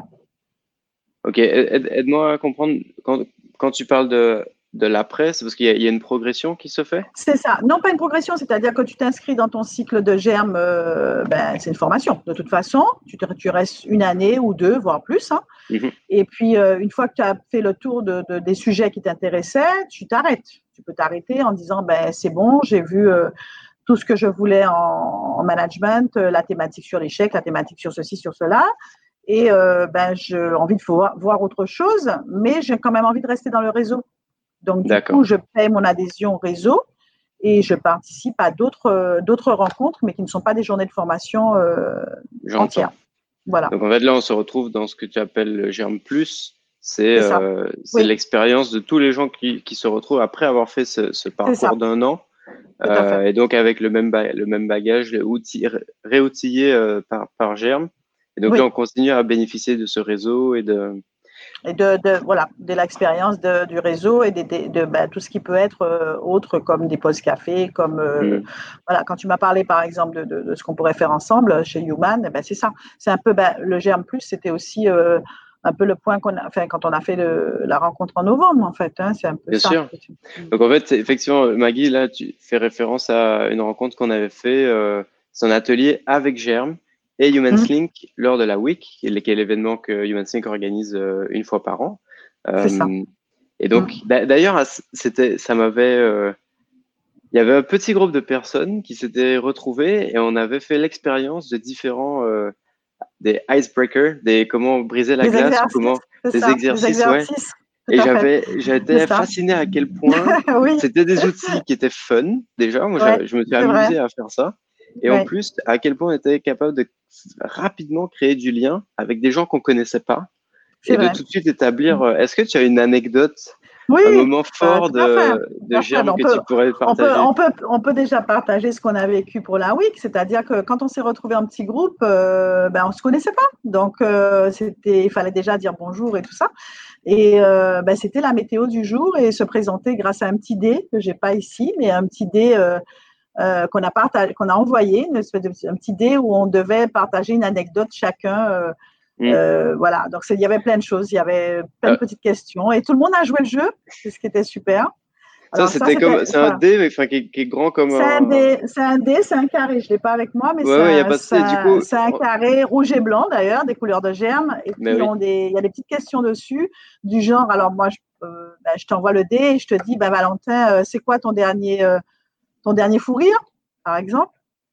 Ok. Aide, aide-moi à comprendre quand, quand tu parles de, de l'après, c'est parce qu'il y a, il y a une progression qui se fait? C'est ça. Non, pas une progression, c'est-à-dire que tu t'inscris dans ton cycle de Germe, euh, ben, c'est une formation. De toute façon, tu, te, tu restes une année ou deux, voire plus. Hein. Mm-hmm. Et puis, euh, une fois que tu as fait le tour de, de, des sujets qui t'intéressaient, tu t'arrêtes. Tu peux t'arrêter en disant, ben, c'est bon, j'ai vu euh, tout ce que je voulais en, en management, euh, la thématique sur l'échec, la thématique sur ceci, sur cela. Et euh, ben, j'ai envie de voir, voir autre chose, mais j'ai quand même envie de rester dans le réseau. Donc, du D'accord. coup, je paie mon adhésion au réseau et je participe à d'autres, euh, d'autres rencontres, mais qui ne sont pas des journées de formation euh, entières. Voilà. Donc, en fait, là, on se retrouve dans ce que tu appelles le Germe Plus. C'est, c'est, euh, c'est oui. l'expérience de tous les gens qui, qui se retrouvent après avoir fait ce, ce parcours d'un an. Euh, et donc, avec le même, ba- le même bagage, outil, réoutillé euh, par, par Germe. Et donc, oui. là, on continue à bénéficier de ce réseau et de… Et de, de, voilà, de l'expérience de, du réseau et de, de, de ben, tout ce qui peut être euh, autre, comme des pauses café, comme euh, mm. voilà, quand tu m'as parlé par exemple de, de, de ce qu'on pourrait faire ensemble chez Human, ben, c'est ça. C'est un peu ben, le Germe Plus, c'était aussi euh, un peu le point qu'on a, enfin, quand on a fait le, la rencontre en novembre, en fait. Hein, c'est un peu Bien ça. sûr. Donc en fait, effectivement, Maggie, là, tu fais référence à une rencontre qu'on avait fait, euh, c'est un atelier avec Germe et HumanSlink mmh. lors de la Week, qui est l'événement que HumanSlink organise euh, une fois par an. Euh, c'est ça. Et donc, mmh. d'ailleurs, c'était, ça m'avait, euh, il y avait un petit groupe de personnes qui s'étaient retrouvées et on avait fait l'expérience de différents, euh, des icebreakers, des comment briser la des glace, exercices, comment, des ça, exercices, des exercices. Ouais. Et j'avais, j'étais fasciné à quel point oui. c'était des outils qui étaient fun, déjà. Moi, ouais, je me suis amusé vrai. à faire ça. Et ouais. en plus, à quel point on était capable de rapidement créer du lien avec des gens qu'on connaissait pas. C'est et vrai. de tout de suite établir, euh, est-ce que tu as une anecdote, oui, un moment fort euh, de, de Germe que peut, tu pourrais partager? On peut, on, peut, on peut déjà partager ce qu'on a vécu pour la week, c'est-à-dire que quand on s'est retrouvé en petit groupe, euh, ben, on ne se connaissait pas. Donc, euh, c'était, il fallait déjà dire bonjour et tout ça. Et euh, ben, c'était la météo du jour et se présenter grâce à un petit dé que je n'ai pas ici, mais un petit dé euh, euh, qu'on a, partagé, qu'on a envoyé, une espèce de, un petit dé où on devait partager une anecdote chacun. Euh, Mmh. Euh, voilà, donc il y avait plein de choses, il y avait plein de euh. petites questions et tout le monde a joué le jeu, c'est ce qui était super. Alors, ça, c'était ça, comme, c'est un dé, mais enfin, qui, qui est grand comme c'est un. Dé, c'est un dé, c'est un carré, je ne l'ai pas avec moi, mais ouais, c'est, ouais, un, y a pas c'est, du coup, c'est un carré rouge et blanc d'ailleurs, des couleurs de germe, et puis oui. on des, il y a des petites questions dessus, du genre, alors moi, je, euh, ben, je t'envoie le dé et je te dis, ben, Valentin, euh, c'est quoi ton dernier, euh, ton dernier fou rire, par exemple?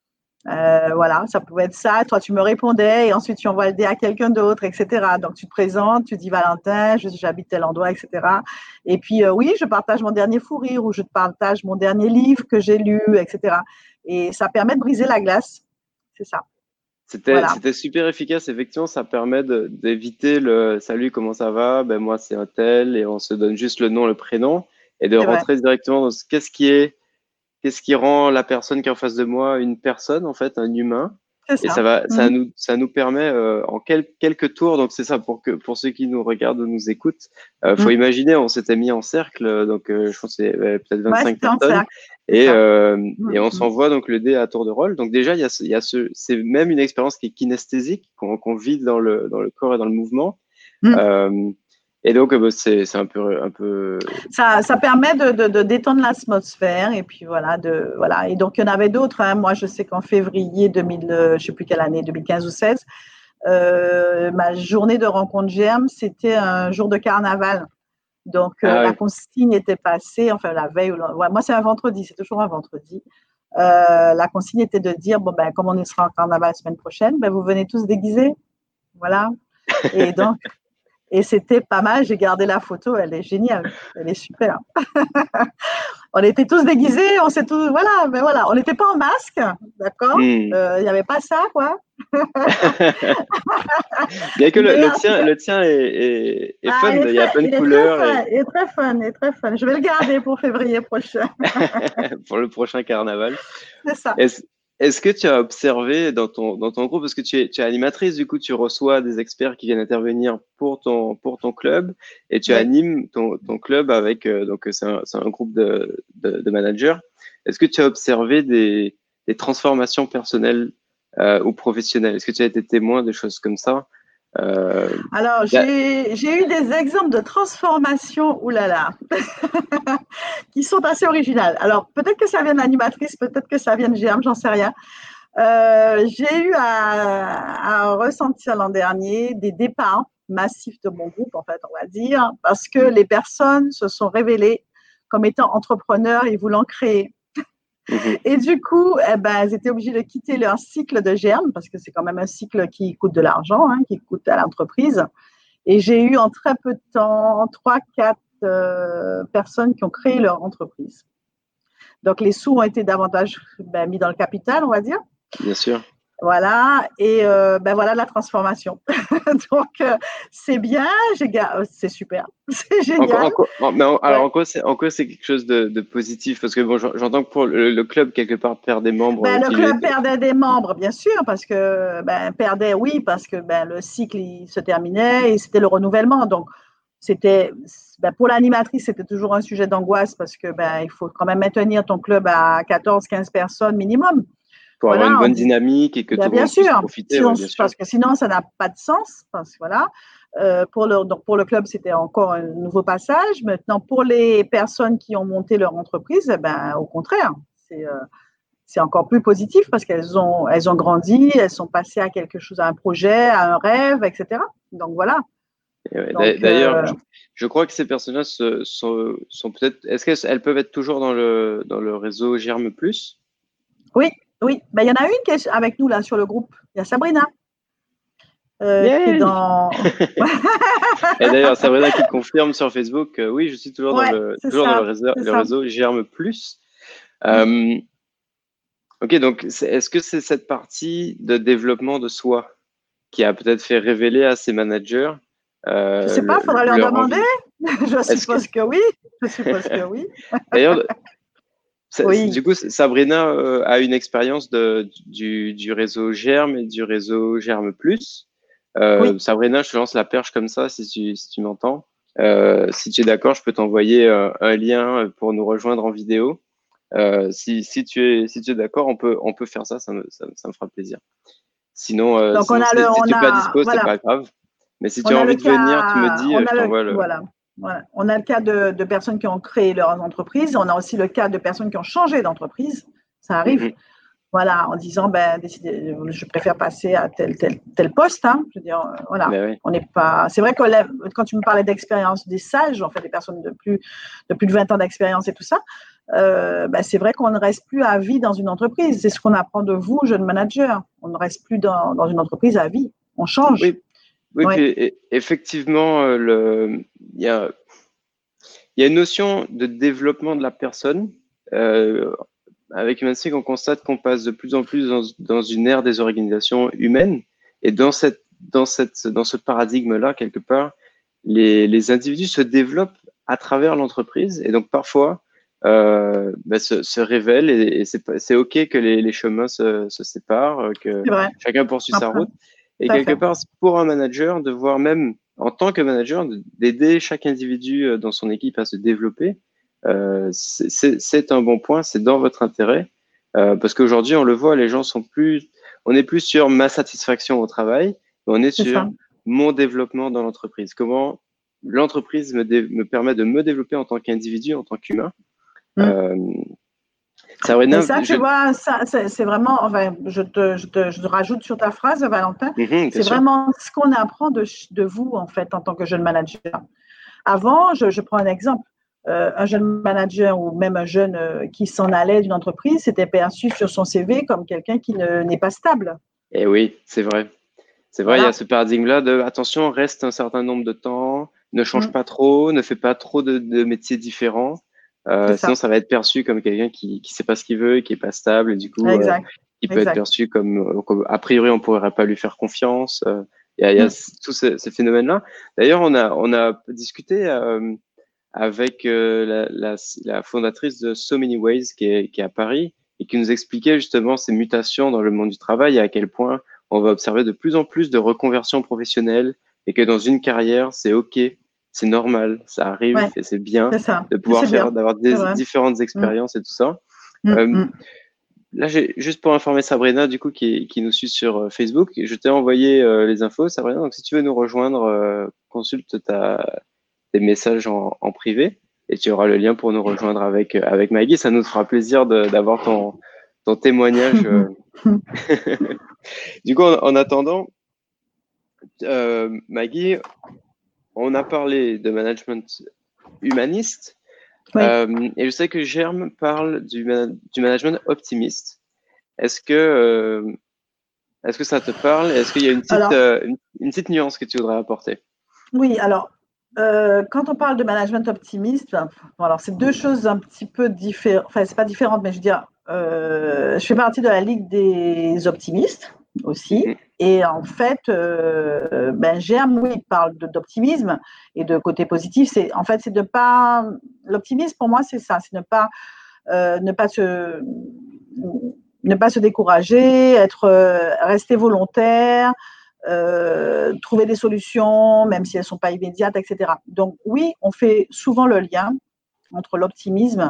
Euh, voilà, ça pouvait être ça. Toi, tu me répondais et ensuite tu envoies le dé à quelqu'un d'autre, et cetera. Donc, tu te présentes, tu dis Valentin, je, j'habite tel endroit, et cetera. Et puis, euh, oui, je partage mon dernier fou rire ou je te partage mon dernier livre que j'ai lu, et cetera. Et ça permet de briser la glace. C'est ça. C'était, voilà. C'était super efficace. Effectivement, ça permet de, d'éviter le salut, comment ça va? Ben, moi, c'est un tel et on se donne juste le nom, le prénom et de c'est rentrer vrai. Directement dans ce, qu'est-ce qui est. Qu'est-ce qui rend la personne qui est en face de moi une personne, en fait, un humain? Ça. Et ça va, mmh. ça nous, ça nous permet euh, en quel, quelques tours. Donc c'est ça pour que pour ceux qui nous regardent ou nous écoutent, euh, faut mmh. imaginer, on s'était mis en cercle, donc euh, je pense que c'est euh, peut-être vingt-cinq ouais, personnes, et euh, mmh. et on s'envoie donc le dé à tour de rôle. Donc déjà il y a, il y a ce, c'est même une expérience qui est kinesthésique, qu'on, qu'on vit dans le dans le corps et dans le mouvement. Mmh. Euh, Et donc, euh, c'est, c'est un peu, un peu. Ça, ça permet de, de, de détendre l'atmosphère et puis voilà, de voilà. Et donc il y en avait d'autres. Hein. Moi, je sais qu'en février deux mille, je sais plus quelle année, deux mille quinze ou seize, euh, ma journée de rencontre Germe, c'était un jour de carnaval. Donc euh, ah, la oui. consigne était passée, enfin la veille. Ouais, moi, c'est un vendredi, c'est toujours un vendredi. euh, la consigne était de dire, bon, ben, comme on sera en carnaval la semaine prochaine, ben, vous venez tous déguisés. Voilà. Et donc, et c'était pas mal. J'ai gardé la photo. Elle est géniale. Elle est super. On était tous déguisés. On s'est tous, voilà, mais voilà. On n'était pas en masque. D'accord. Il Mm. euh, n'y avait pas ça, quoi. Bien que le, le tien, le tien est, est, est ah, fun. Il, il y a plein de il couleurs. Est très fun, et... Il est très fun. Il est très fun. Je vais le garder pour février prochain. pour le prochain carnaval. C'est ça. Est-ce, est-ce que tu as observé dans ton, dans ton groupe, parce que tu es, tu es animatrice, du coup, tu reçois des experts qui viennent intervenir pour ton, pour ton club et tu Oui. animes ton, ton club avec, euh, donc c'est un, c'est un groupe de, de, de managers. Est-ce que tu as observé des, des transformations personnelles euh, ou professionnelles? Est-ce que tu as été témoin de choses comme ça? Euh, Alors, j'ai, j'ai eu des exemples de transformation, oulala, qui sont assez originales. Alors, peut-être que ça vient d'animatrice, peut-être que ça vient de G M, j'en sais rien. Euh, j'ai eu à, à ressentir l'an dernier des départs massifs de mon groupe, en fait, on va dire, parce que les personnes se sont révélées comme étant entrepreneurs et voulant créer. Mmh. Et du coup, eh ben, elles étaient obligées de quitter leur cycle de germe, parce que c'est quand même un cycle qui coûte de l'argent, hein, qui coûte à l'entreprise. Et j'ai eu en très peu de temps trois, quatre euh, personnes qui ont créé leur entreprise. Donc, les sous ont été davantage ben, mis dans le capital, on va dire. Bien sûr. Voilà, et euh, ben voilà la transformation. Donc, euh, c'est bien, j'ai, c'est super, c'est génial. En, en, en, mais en, alors, ouais. en quoi c'est, en quoi c'est quelque chose de, de positif? Parce que bon, j'entends que pour le, le club, quelque part, perd des membres. Ben, le club était... perdait des membres, bien sûr, parce que, ben, perdait, oui, parce que ben, le cycle il se terminait et c'était le renouvellement. Donc, c'était, ben, pour l'animatrice, c'était toujours un sujet d'angoisse parce que ben, il faut quand même maintenir ton club à quatorze, quinze personnes minimum. Pour voilà, avoir une bonne dit, dynamique et que ben, tout le monde puisse profiter. Sinon, ouais, bien sûr. Parce que sinon, ça n'a pas de sens. Parce que, voilà. Euh, pour, le, donc pour le club, c'était encore un nouveau passage. Maintenant, pour les personnes qui ont monté leur entreprise, eh ben, au contraire, c'est, euh, c'est encore plus positif parce qu'elles ont, elles ont grandi, elles sont passées à quelque chose, à un projet, à un rêve, et cetera. Donc, voilà. Ouais, donc, d'ailleurs, euh, je, je crois que ces personnes-là sont, sont, sont peut-être… Est-ce qu'elles peuvent être toujours dans le, dans le réseau Germe Plus? Oui. Oui, ben, il y en a une qui est avec nous là sur le groupe. Il y a Sabrina. Euh, yeah. Qui est dans... Et d'ailleurs, Sabrina qui confirme sur Facebook, euh, oui, je suis toujours, ouais, dans, le, toujours dans le réseau, le réseau Germe Plus. Euh, ok, donc est-ce que c'est cette partie de développement de soi qui a peut-être fait révéler à ces managers euh, Je ne sais pas, il faudra leur, leur demander. Je suppose que... que oui. Je suppose que oui. D'ailleurs, oui. Du coup, Sabrina euh, a une expérience de, du, du réseau Germe et du réseau Germe Plus. Euh, oui. Sabrina, je te lance la perche comme ça, si tu, si tu m'entends. Euh, si tu es d'accord, je peux t'envoyer euh, un lien pour nous rejoindre en vidéo. Euh, si, si tu es, si tu es d'accord, on peut, on peut faire ça, ça me, ça, ça me fera plaisir. Sinon, euh, sinon si, le, si tu n'es pas dispo, voilà. C'est pas grave. Mais si tu on as envie de cas, venir, tu me dis, je t'envoie le… Voilà. Voilà. On a le cas de, de personnes qui ont créé leur entreprise. On a aussi le cas de personnes qui ont changé d'entreprise. Ça arrive. Mm-hmm. Voilà, en disant, ben, décidez, je préfère passer à tel, tel, tel poste. Hein. Je veux dire, voilà. Oui. On n'est pas… C'est vrai que là, quand tu me parlais d'expérience des sages, en fait, des personnes de plus de, plus de vingt ans d'expérience et tout ça, euh, ben, c'est vrai qu'on ne reste plus à vie dans une entreprise. C'est ce qu'on apprend de vous, jeunes managers. On ne reste plus dans, dans une entreprise à vie. On change. Oui. Oui, ouais. Puis, effectivement, le, il y a, il y a une notion de développement de la personne. Euh, avec HumanSync, on constate qu'on passe de plus en plus dans, dans une ère des organisations humaines. Et dans, cette, dans, cette, dans ce paradigme-là, quelque part, les, les individus se développent à travers l'entreprise. Et donc, parfois, euh, bah, se, se révèlent. Et, et c'est OK que les, les chemins se, se séparent, que chacun poursuit sa route. Et quelque part, pour un manager, de voir même en tant que manager, d'aider chaque individu dans son équipe à se développer, euh, c'est un bon point, c'est dans votre intérêt. Euh, parce qu'aujourd'hui, on le voit, les gens sont plus, on n'est plus sur ma satisfaction au travail, mais on est sur ça. Mon développement dans l'entreprise. Comment l'entreprise me, me permet de me développer en tant qu'individu, en tant qu'humain. Mmh. Euh, Sabrina, ça, je... tu vois, ça, c'est vraiment, enfin, je te, je, te, je te rajoute sur ta phrase, Valentin, mmh, c'est vraiment ce qu'on apprend de, de vous, en fait, en tant que jeune manager. Avant, je, je prends un exemple, euh, un jeune manager ou même un jeune euh, qui s'en allait d'une entreprise, c'était perçu sur son C V comme quelqu'un qui ne, n'est pas stable. Et oui, c'est vrai. C'est vrai, voilà. Il y a ce paradigme-là de attention, reste un certain nombre de temps, ne change mmh. pas trop, ne fais pas trop de, de métiers différents. Euh, ça. Sinon, ça va être perçu comme quelqu'un qui ne sait pas ce qu'il veut, qui n'est pas stable, et du coup, euh, qui peut exact. être perçu comme, comme, a priori, on ne pourrait pas lui faire confiance. Euh, il y a, il y a mmh. tous ces, ces phénomènes-là. D'ailleurs, on a, on a discuté euh, avec euh, la, la, la fondatrice de So Many Ways, qui est, qui est à Paris, et qui nous expliquait justement ces mutations dans le monde du travail et à quel point on va observer de plus en plus de reconversions professionnelles et que dans une carrière, c'est OK, c'est normal, ça arrive ouais, et c'est bien de pouvoir faire, d'avoir des différentes expériences mmh. et tout ça. Mmh. Euh, là, j'ai juste pour informer Sabrina, du coup, qui, qui nous suit sur Facebook, je t'ai envoyé euh, les infos, Sabrina. Donc, si tu veux nous rejoindre, euh, consulte ta, tes messages en, en privé et tu auras le lien pour nous rejoindre avec, avec Maggie. Ça nous fera plaisir de, d'avoir ton, ton témoignage. Euh... Du coup, en, en attendant, euh, Maggie, on a parlé de management humaniste. Oui. Euh, et je sais que Germe parle du, du management optimiste. Est-ce que, euh, est-ce que ça te parle? Est-ce qu'il y a une petite, alors, euh, une, une petite nuance que tu voudrais apporter? Oui, alors, euh, quand on parle de management optimiste, bon, alors c'est deux choses un petit peu différentes. Enfin, c'est pas différentes, mais je veux dire, euh, je fais partie de la Ligue des optimistes aussi. Mmh. Et en fait, euh, ben, Germe, oui, il parle de, d'optimisme et de côté positif. C'est, en fait, c'est de pas. L'optimisme, pour moi, c'est ça, c'est ne pas, euh, ne pas se, ne pas se décourager, être, euh, rester volontaire, euh, trouver des solutions, même si elles ne sont pas immédiates, et cetera. Donc, oui, on fait souvent le lien entre l'optimisme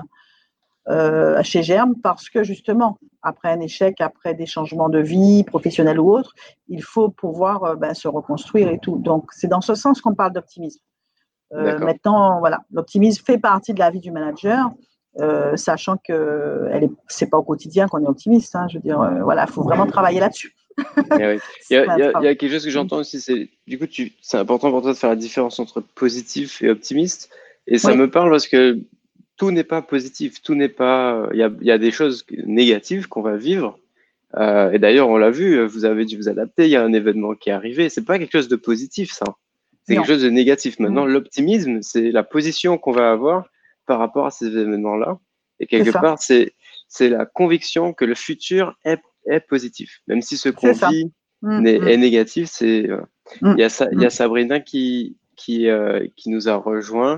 Euh, chez Germe parce que justement, après un échec, après des changements de vie, professionnels ou autres, il faut pouvoir euh, ben, se reconstruire et tout. Donc, c'est dans ce sens qu'on parle d'optimisme. Euh, maintenant, voilà, l'optimisme fait partie de la vie du manager, euh, sachant que ce n'est pas au quotidien qu'on est optimiste. Hein, je veux dire, euh, voilà, il faut vraiment travailler là-dessus. Yeah, oui. il, y a, il, y a, il y a quelque chose que j'entends aussi, c'est du coup, tu, c'est important pour toi de faire la différence entre positif et optimiste. Et ça oui. me parle parce que tout n'est pas positif, tout n'est pas. Il y a, il y a des choses négatives qu'on va vivre. Euh, et d'ailleurs, on l'a vu, vous avez dû vous adapter. Il y a un événement qui est arrivé. C'est pas quelque chose de positif, ça. C'est non. quelque chose de négatif. Maintenant, mmh. l'optimisme, c'est la position qu'on va avoir par rapport à ces événements-là. Et quelque c'est part, c'est c'est la conviction que le futur est, est positif, même si ce qu'on vit mmh. est, est négatif. C'est euh, mmh. il y a ça, il y a Sabrina qui qui euh, qui nous a rejoint.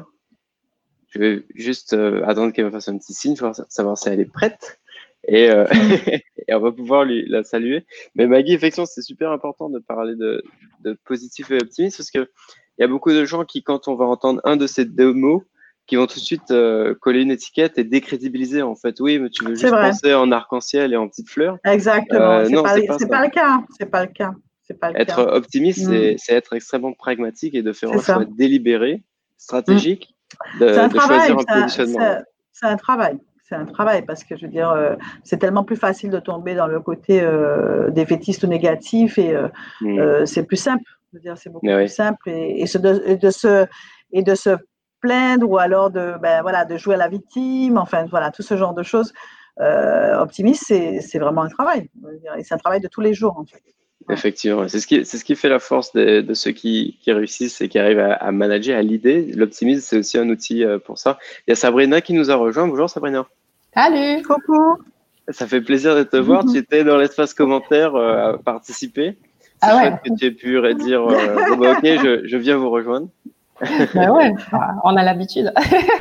Je vais juste euh, attendre qu'elle me fasse un petit signe pour savoir si elle est prête. Et, euh, et on va pouvoir lui, la saluer. Mais Maggie, effectivement, c'est super important de parler de, de positif et optimiste parce qu'il y a beaucoup de gens qui, quand on va entendre un de ces deux mots, qui vont tout de suite euh, coller une étiquette et décrédibiliser. En fait, oui, mais tu veux juste penser en arc-en-ciel et en petites fleurs. Exactement. Euh, c'est non, pas, c'est pas, c'est pas le cas. C'est pas le cas. C'est pas le être cas. optimiste, mmh. c'est, c'est être extrêmement pragmatique et de faire c'est un ça. choix délibéré, stratégique. Mmh. De, c'est un de travail, choisir un c'est, positionnement. C'est, c'est un travail. C'est un travail parce que je veux dire, euh, c'est tellement plus facile de tomber dans le côté euh, défaitiste ou négatif et euh, mmh. euh, c'est plus simple. Je veux dire, c'est beaucoup Mais plus oui. simple et, et, ce, de, et, de se, et de se plaindre ou alors de, ben, voilà, de jouer à la victime, enfin voilà, tout ce genre de choses. Euh, optimiste, c'est, c'est vraiment un travail. Je veux dire, et c'est un travail de tous les jours en fait. Effectivement, c'est ce qui, c'est ce qui fait la force de, de ceux qui, qui réussissent et qui arrivent à, à manager, à l'idée. L'optimisme, c'est aussi un outil pour ça. Il y a Sabrina qui nous a rejoint. Bonjour Sabrina. Salut. Coucou. Ça fait plaisir de te voir. Tu étais dans l'espace commentaire euh, à participer. C'est ah chouette ouais. que tu aies pu dire euh, bon bah ok, je, je viens vous rejoindre. Ben ouais, on a l'habitude.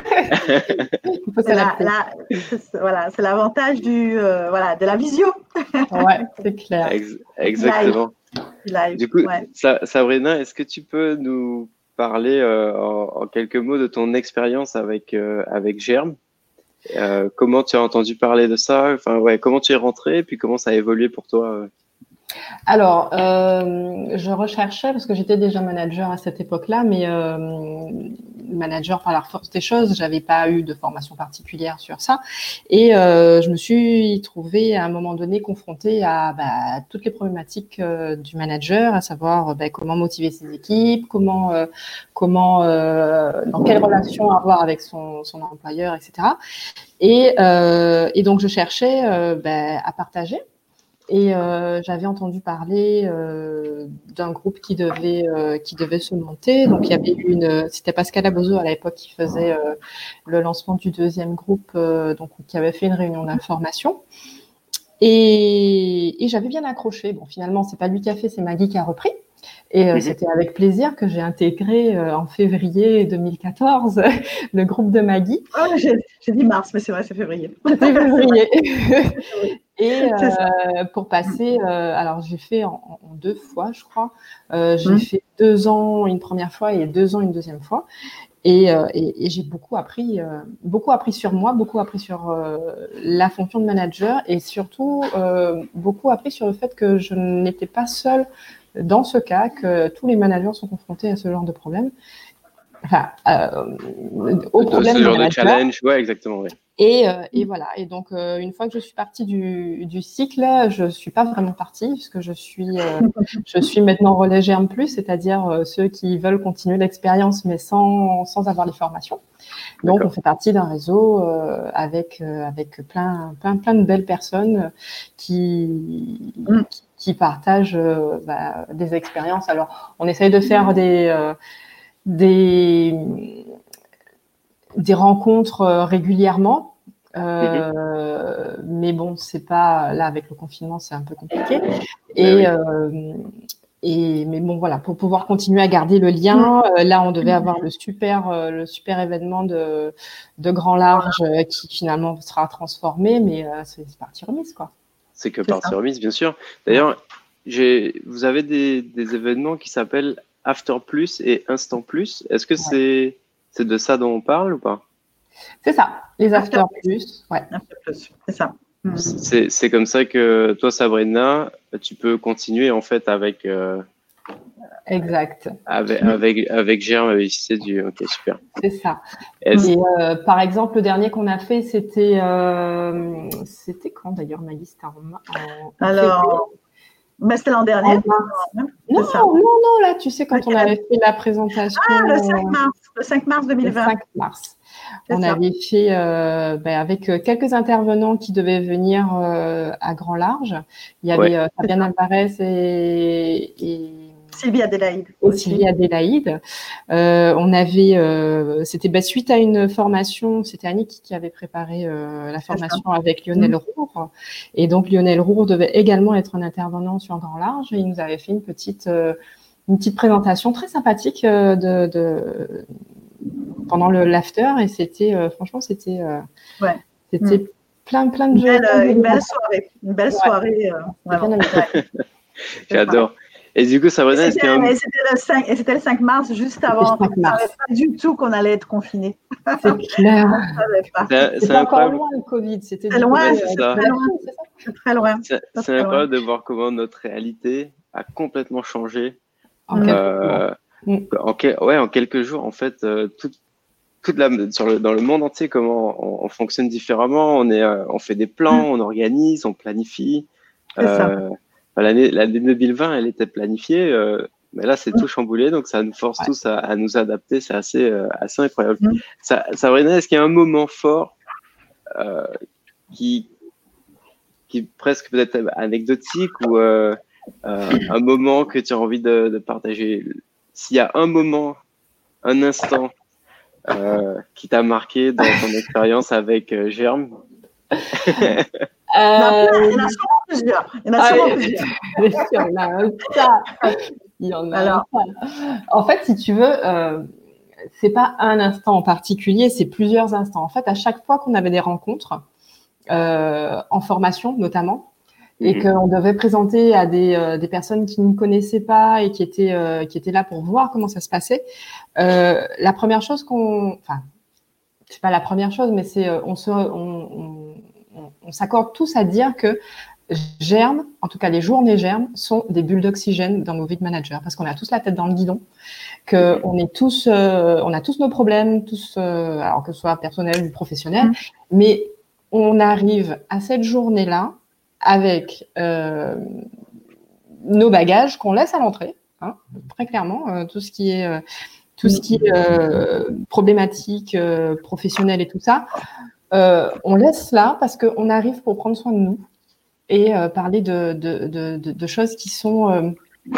c'est, la, la, c'est, voilà, c'est l'avantage du, euh, voilà, de la visio. Ouais, c'est clair. Ex- exactement. Live. Live. Du coup, ouais. Sa- Sabrina, est-ce que tu peux nous parler euh, en, en quelques mots de ton expérience avec euh, avec Germe? euh, Comment tu as entendu parler de ça? Enfin, ouais, comment tu es rentrée et puis comment ça a évolué pour toi? euh... Alors, euh, je recherchais, parce que j'étais déjà manager à cette époque-là, mais euh, managers par la force des choses. J'avais pas eu de formation particulière sur ça. Et euh, je me suis trouvée à un moment donné confrontée à bah, toutes les problématiques euh, du manager, à savoir bah, comment motiver ses équipes, comment, euh, comment, euh, dans quelle relation avoir avec son, son employeur, et cetera. Et, euh, et donc je cherchais euh, bah, à partager. Et euh, j'avais entendu parler euh, d'un groupe qui devait euh, qui devait se monter. Donc il y avait une, c'était Pascal Abozo à l'époque qui faisait euh, le lancement du deuxième groupe, euh, donc qui avait fait une réunion d'information. Et, et j'avais bien accroché. Bon, finalement, c'est pas lui qui a fait, c'est Maggie qui a repris. Et euh, c'était avec plaisir que j'ai intégré euh, en février deux mille quatorze le groupe de Maggie. Oh, j'ai, j'ai dit mars, mais c'est vrai, c'est février. C'est février. Et euh, pour passer, euh, alors j'ai fait en, en deux fois, je crois. Euh, j'ai mmh. fait deux ans une première fois et deux ans une deuxième fois. Et, euh, et, et j'ai beaucoup appris, euh, beaucoup appris sur moi, beaucoup appris sur euh, la fonction de manager et surtout euh, beaucoup appris sur le fait que je n'étais pas seule dans ce cas, que tous les managers sont confrontés à ce genre de problème. Enfin, euh, au problème ce genre de challenge, ouais, exactement. Ouais. Et, euh, et voilà. Et donc, euh, une fois que je suis partie du, du cycle, je suis pas vraiment partie puisque je suis, euh, je suis maintenant relais Germe plus, c'est-à-dire euh, ceux qui veulent continuer l'expérience mais sans, sans avoir les formations. Donc, D'accord. on fait partie d'un réseau euh, avec, euh, avec plein, plein, plein de belles personnes qui, mm. qui, qui partagent euh, bah, des expériences. Alors, on essaye de faire des, euh, des des rencontres euh, régulièrement, euh, mm-hmm. mais bon, c'est pas là avec le confinement, c'est un peu compliqué. Et, oui. euh, et mais bon, voilà, pour pouvoir continuer à garder le lien, euh, là, on devait avoir le super, euh, le super événement de de Grand Large euh, qui finalement sera transformé, mais euh, c'est, c'est partie remise, quoi. C'est que partie remise, bien sûr. D'ailleurs, j'ai, vous avez des, des événements qui s'appellent After Plus et Instant Plus. Est-ce que ouais. c'est C'est de ça dont on parle ou pas? C'est ça, les After Plus. Ouais. After Plus, c'est ça. Mmh. C'est, c'est comme ça que toi, Sabrina, tu peux continuer en fait avec. Euh, exact. Avec, avec, avec Germe, avec c'est du. Ok, super. C'est ça. Et euh, par exemple, le dernier qu'on a fait, c'était. Euh, c'était quand d'ailleurs, Maggie? C'était en, en, Alors. Ben, c'était l'an dernier. Non, non, non, là, tu sais, quand on avait fait la présentation. Ah, le cinq mars, le cinq mars deux mille vingt. Le cinq mars. C'est on ça. avait fait, euh, ben, avec quelques intervenants qui devaient venir euh, à Grand Large. Il y avait ouais. euh, Fabienne Alvarez et, et Sylvie Adélaïde. Et Sylvie Adélaïde. Euh, on avait, euh, c'était bah, suite à une formation, c'était Annick qui avait préparé euh, la formation avec Lionel mmh. Roure. Et donc Lionel Roure devait également être un intervenant sur Grand Large et il nous avait fait une petite, euh, une petite présentation très sympathique euh, de, de pendant le l'after et c'était, euh, franchement, c'était, euh, ouais. c'était mmh. plein, plein de une belle, euh, une belle soirée, une belle ouais. soirée. Euh, vraiment. J'adore. Et du coup, ça va c'était, un... c'était, le cinq, c'était le cinq mars, juste avant. On ne savait pas du tout qu'on allait être confinés. C'est clair. C'est, c'est encore loin le Covid. C'était très loin, c'est, c'est très loin. C'est très loin. C'est, c'est, c'est incroyable de voir comment notre réalité a complètement changé. En euh, quelques jours. En, que, ouais, en quelques jours, en fait, euh, tout, toute la, sur le, dans le monde entier, comment on, on fonctionne différemment. On, est, euh, on fait des plans, mmh. on organise, on planifie. C'est euh, ça. L'année, l'année deux mille vingt, elle était planifiée, euh, mais là, c'est mmh. tout chamboulé, donc ça nous force ouais. tous à, à nous adapter. C'est assez, euh, assez incroyable. Mmh. Ça, Sabrina, est-ce qu'il y a un moment fort euh, qui, qui est presque peut-être anecdotique ou euh, euh, un moment que tu as envie de, de partager? S'il y a un moment, un instant euh, qui t'a marqué dans ton expérience avec euh, Germe? Euh... Il y en a sûrement plusieurs. Il y en a sûrement plusieurs. Il y en a un tas. Il y en a Alors. un tas. En fait, si tu veux, euh, c'est pas un instant en particulier, c'est plusieurs instants. En fait, à chaque fois qu'on avait des rencontres, euh, en formation notamment, et mmh. qu'on devait présenter à des, euh, des personnes qui ne connaissaient pas et qui étaient, euh, qui étaient là pour voir comment ça se passait, euh, la première chose qu'on... Enfin, c'est pas la première chose, mais c'est euh, on se... On, on, on s'accorde tous à dire que germes, en tout cas les journées germes, sont des bulles d'oxygène dans nos vies de manager, parce qu'on a tous la tête dans le guidon, que on est tous, euh, on a tous nos problèmes, tous, euh, alors que ce soit personnel ou professionnel, mmh. mais on arrive à cette journée-là avec euh, nos bagages qu'on laisse à l'entrée, hein, très clairement, euh, tout ce qui est euh, tout ce qui est euh, problématique euh, professionnelle et tout ça, euh, on laisse là parce qu'on arrive pour prendre soin de nous et euh, parler de, de, de, de, de choses qui sont euh,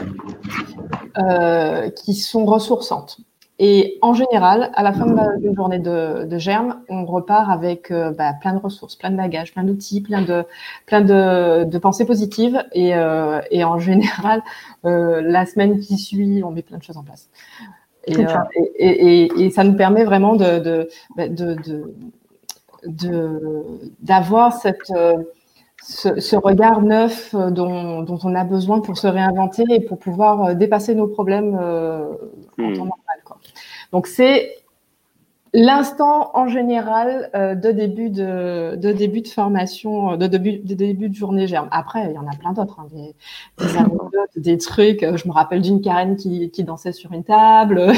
euh, qui sont ressourçantes. Et en général, à la fin d'une journée de, de germe, on repart avec euh, bah, plein de ressources, plein de bagages, plein d'outils, plein de plein de, de pensées positives. Et, euh, et en général, euh, la semaine qui suit, on met plein de choses en place. Et, euh, et, et, et ça nous permet vraiment de, de, de, de, de, d'avoir cette, ce, ce regard neuf dont, dont on a besoin pour se réinventer et pour pouvoir dépasser nos problèmes euh, en temps normal, quoi. Donc, c'est l'instant en général euh, de, début de, de début de formation, de début de, début de journée germe. Après, il y en a plein d'autres, hein, des, des anecdotes, des trucs. Je me rappelle d'une Karen qui, qui dansait sur une table.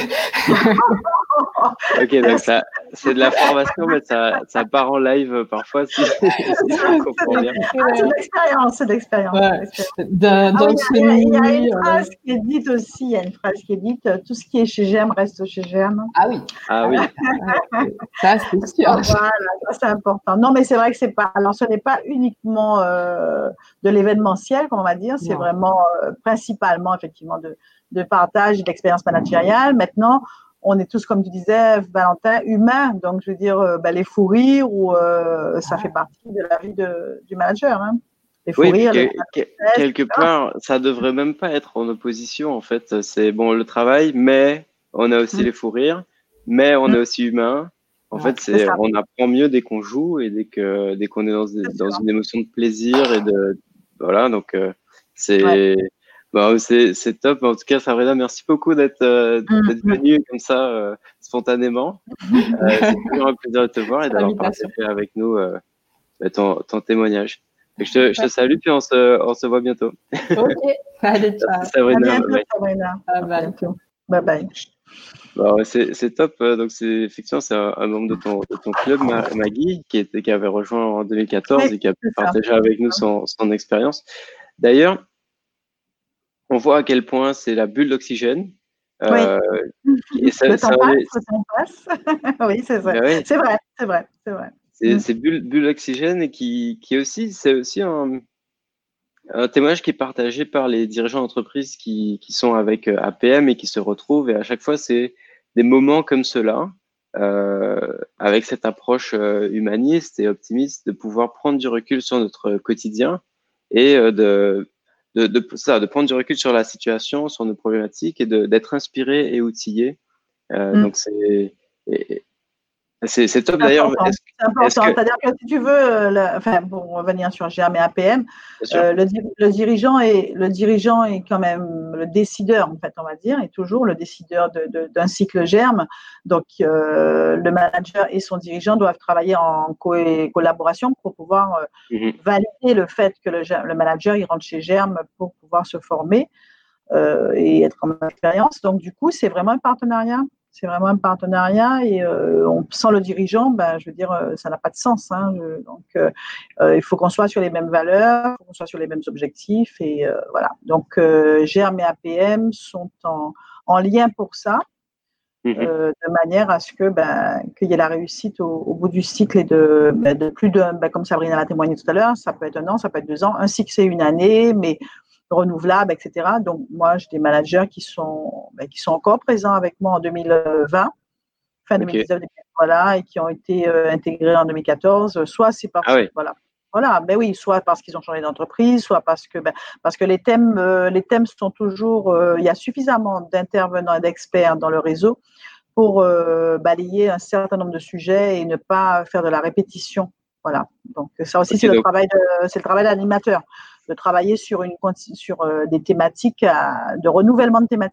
Ok, donc ça, c'est de la formation, mais ça, ça part en live parfois. Si, si je comprends bien. Ah, c'est de l'expérience, c'est de l'expérience. Ouais. Dans, ah, dans oui, il, y a, il y a une phrase euh... qui est dite aussi, il y a une phrase qui est dite, tout ce qui est chez Germe reste chez Germe. Ah oui. Ah oui. Ça, c'est sûr. Voilà, ça, c'est important. Non, mais c'est vrai que c'est pas, alors ce n'est pas uniquement euh, de l'événementiel, comme on va dire, c'est non. vraiment euh, principalement, effectivement, de, de partage et d'expérience managériale. Maintenant, on est tous, comme tu disais, Valentin, humains. Donc, je veux dire, euh, ben, les fous rires, ou, euh, ça fait partie de la vie de, du manager. Hein. Les fous oui, rires, que, les que, quelque part, ça devrait même pas être en opposition, en fait. C'est bon, le travail, mais on a aussi mmh. les fous rires, mais on mmh. est aussi humain. En ouais, fait, c'est, c'est on apprend mieux dès qu'on joue et dès que dès qu'on est dans, des, dans une émotion de plaisir et de voilà. Donc, euh, c'est ouais. Bah, c'est, c'est top. En tout cas, Sabrina, merci beaucoup d'être, euh, mmh. d'être venue comme ça, euh, spontanément. Euh, c'est toujours un plaisir de te voir et d'avoir participé avec nous euh, ton, ton témoignage. Et je, te, je te salue, puis on se, on se voit bientôt. Ok, allez, ciao. Sabrina. À bientôt, Sabrina. À bientôt. Bye bye. Bon, c'est, c'est top. Donc, c'est, effectivement, c'est un, un membre de ton, de ton club, Maggie, qui, était, qui avait rejoint en deux mille quatorze oui, et qui a pu partager avec nous son, son expérience. D'ailleurs, on voit à quel point c'est la bulle d'oxygène. Oui. Euh, et ça, le temps ça passe, est... le temps passe. Oui, c'est vrai. Oui. C'est vrai, c'est vrai, c'est vrai. C'est, c'est bulle, bulle d'oxygène et qui, qui est aussi, c'est aussi un, un témoignage qui est partagé par les dirigeants d'entreprise qui, qui sont avec A P M et qui se retrouvent. Et à chaque fois, c'est des moments comme cela, euh, avec cette approche euh, humaniste et optimiste, de pouvoir prendre du recul sur notre quotidien et euh, de De, de, ça, de prendre du recul sur la situation, sur nos problématiques et de, d'être inspiré et outillé. Euh, mm. Donc, c'est, et, c'est, c'est top c'est d'ailleurs. Important. Est-ce, c'est important. est-ce que... C'est-à-dire que si tu veux, le, enfin, pour revenir sur Germe et A P M, euh, le, le, dirigeant est, le dirigeant est quand même le décideur, en fait, on va dire, est toujours le décideur de, de, d'un cycle Germe. Donc, euh, le manager et son dirigeant doivent travailler en co- collaboration pour pouvoir euh, mm-hmm. valider le fait que le, le manager il rentre chez Germe pour pouvoir se former euh, et être en expérience. Donc, du coup, c'est vraiment un partenariat. C'est vraiment un partenariat et euh, on, sans le dirigeant, ben, je veux dire, euh, ça n'a pas de sens. Hein, je, donc, euh, euh, il faut qu'on soit sur les mêmes valeurs, qu'on soit sur les mêmes objectifs et euh, voilà. Donc, euh, Germe et A P M sont en, en lien pour ça, mmh. euh, de manière à ce que ben, qu'il y ait la réussite au, au bout du cycle et de, ben, de plus de, ben, comme Sabrina l'a témoigné tout à l'heure, ça peut être un an, ça peut être deux ans. Un cycle c'est une année, mais renouvelables, et cetera. Donc, moi, j'ai des managers qui sont, ben, qui sont encore présents avec moi en deux mille vingt, fin deux mille dix-neuf, okay. Voilà, et qui ont été euh, intégrés en deux mille quatorze. Soit c'est parce ah oui. que, voilà, voilà, ben oui, soit parce qu'ils ont changé d'entreprise, soit parce que, ben, parce que les thèmes, euh, les thèmes sont toujours, euh, il y a suffisamment d'intervenants et d'experts dans le réseau pour euh, balayer un certain nombre de sujets et ne pas faire de la répétition. Voilà. Donc, ça aussi, okay, c'est, donc... le travail de, c'est le travail de l'animateur, de travailler sur, une, sur euh, des thématiques, à, de renouvellement de thématiques, en fait.